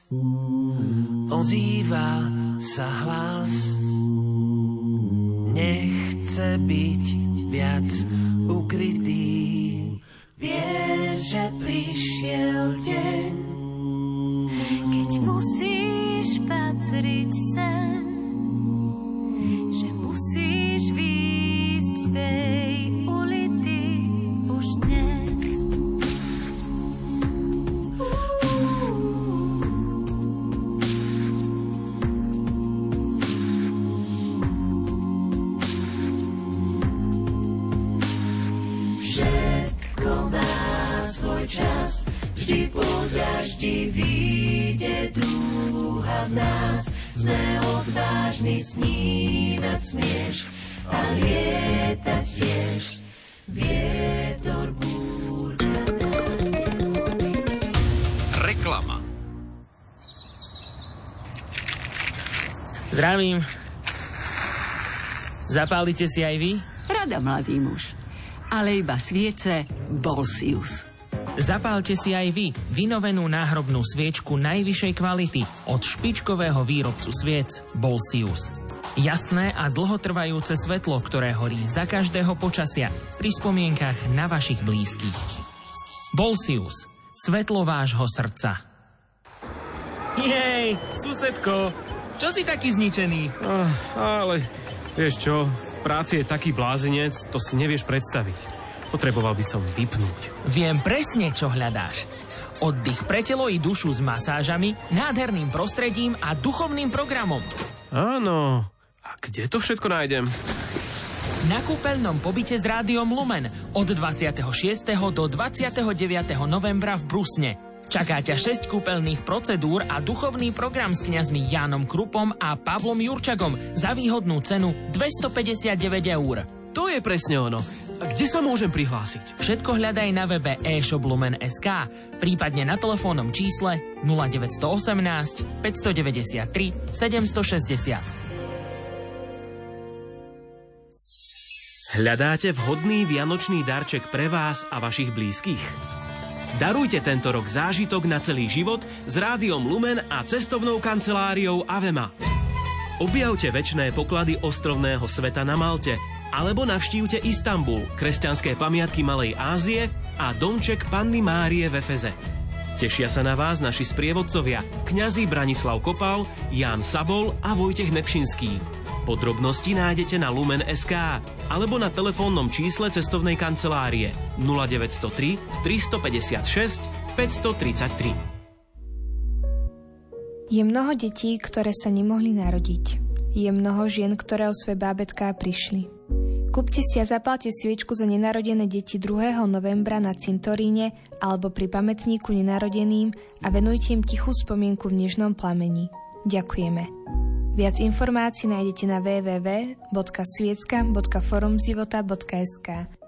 ozýva sa hlas, nechce byť viac ukrytý. Vieš, že prišiel deň, keď musíš patriť sem, že musíš výjsť z tej ulity už dnes. Čas, vždy po daždi vyjde dúha v nás. Sme odvážni, snívať smieš a lietať tiež. Vietor, búrka. Reklama. Zdravím. Zapálite si aj vy? Rada, mladý muž. Ale iba sviece Bolsius. Zapálte si aj vy vynovenú náhrobnú sviečku najvyššej kvality od špičkového výrobcu sviec Bolsius. Jasné a dlhotrvajúce svetlo, ktoré horí za každého počasia pri spomienkach na vašich blízkych. Bolsius. Svetlo vášho srdca. Jej, susedko, čo si taký zničený? Oh, ale vieš čo, v práci je taký blázinec, to si nevieš predstaviť. Potreboval by som vypnúť. Viem presne, čo hľadáš. Oddych pre telo i dušu s masážami, nádherným prostredím a duchovným programom. Áno. A kde to všetko nájdem? Na kúpeľnom pobyte s Rádiom Lumen od dvadsiateho šiesteho do dvadsiateho deviateho novembra v Brusne. Čaká ťa šesť kúpeľných procedúr a duchovný program s kňazmi Jánom Krupom a Pavlom Jurčagom za výhodnú cenu dvestopäťdesiatdeväť eur. To je presne ono. Kde sa môžem prihlásiť? Všetko hľadaj na webe e-shop lumen bodka es ká, prípadne na telefónnom čísle nula deväť jedna osem, päť deväť tri, sedem šesť nula. Hľadáte vhodný vianočný darček pre vás a vašich blízkych? Darujte tento rok zážitok na celý život s Rádiom Lumen a cestovnou kanceláriou Avema. Objavte večné poklady ostrovného sveta na Malte, alebo navštívte Istanbul, kresťanské pamiatky Malej Ázie a domček Panny Márie v Efeze. Tešia sa na vás naši sprievodcovia, kňazi Branislav Kopal, Ján Sabol a Vojtech Nepšinský. Podrobnosti nájdete na lumen bodka es ká alebo na telefónnom čísle cestovnej kancelárie nula deväť nula tri, tri päť šesť, päť tri tri. Je mnoho detí, ktoré sa nemohli narodiť. Je mnoho žien, ktoré o svoje bábätká prišli. Kúpte si a zapálte sviečku za nenarodené deti druhého novembra na cintoríne alebo pri pamätníku nenarodeným a venujte im tichú spomienku v nežnom plameni. Ďakujeme. Viac informácií nájdete na w w w bodka sviecka bodka forumzivota bodka es ká.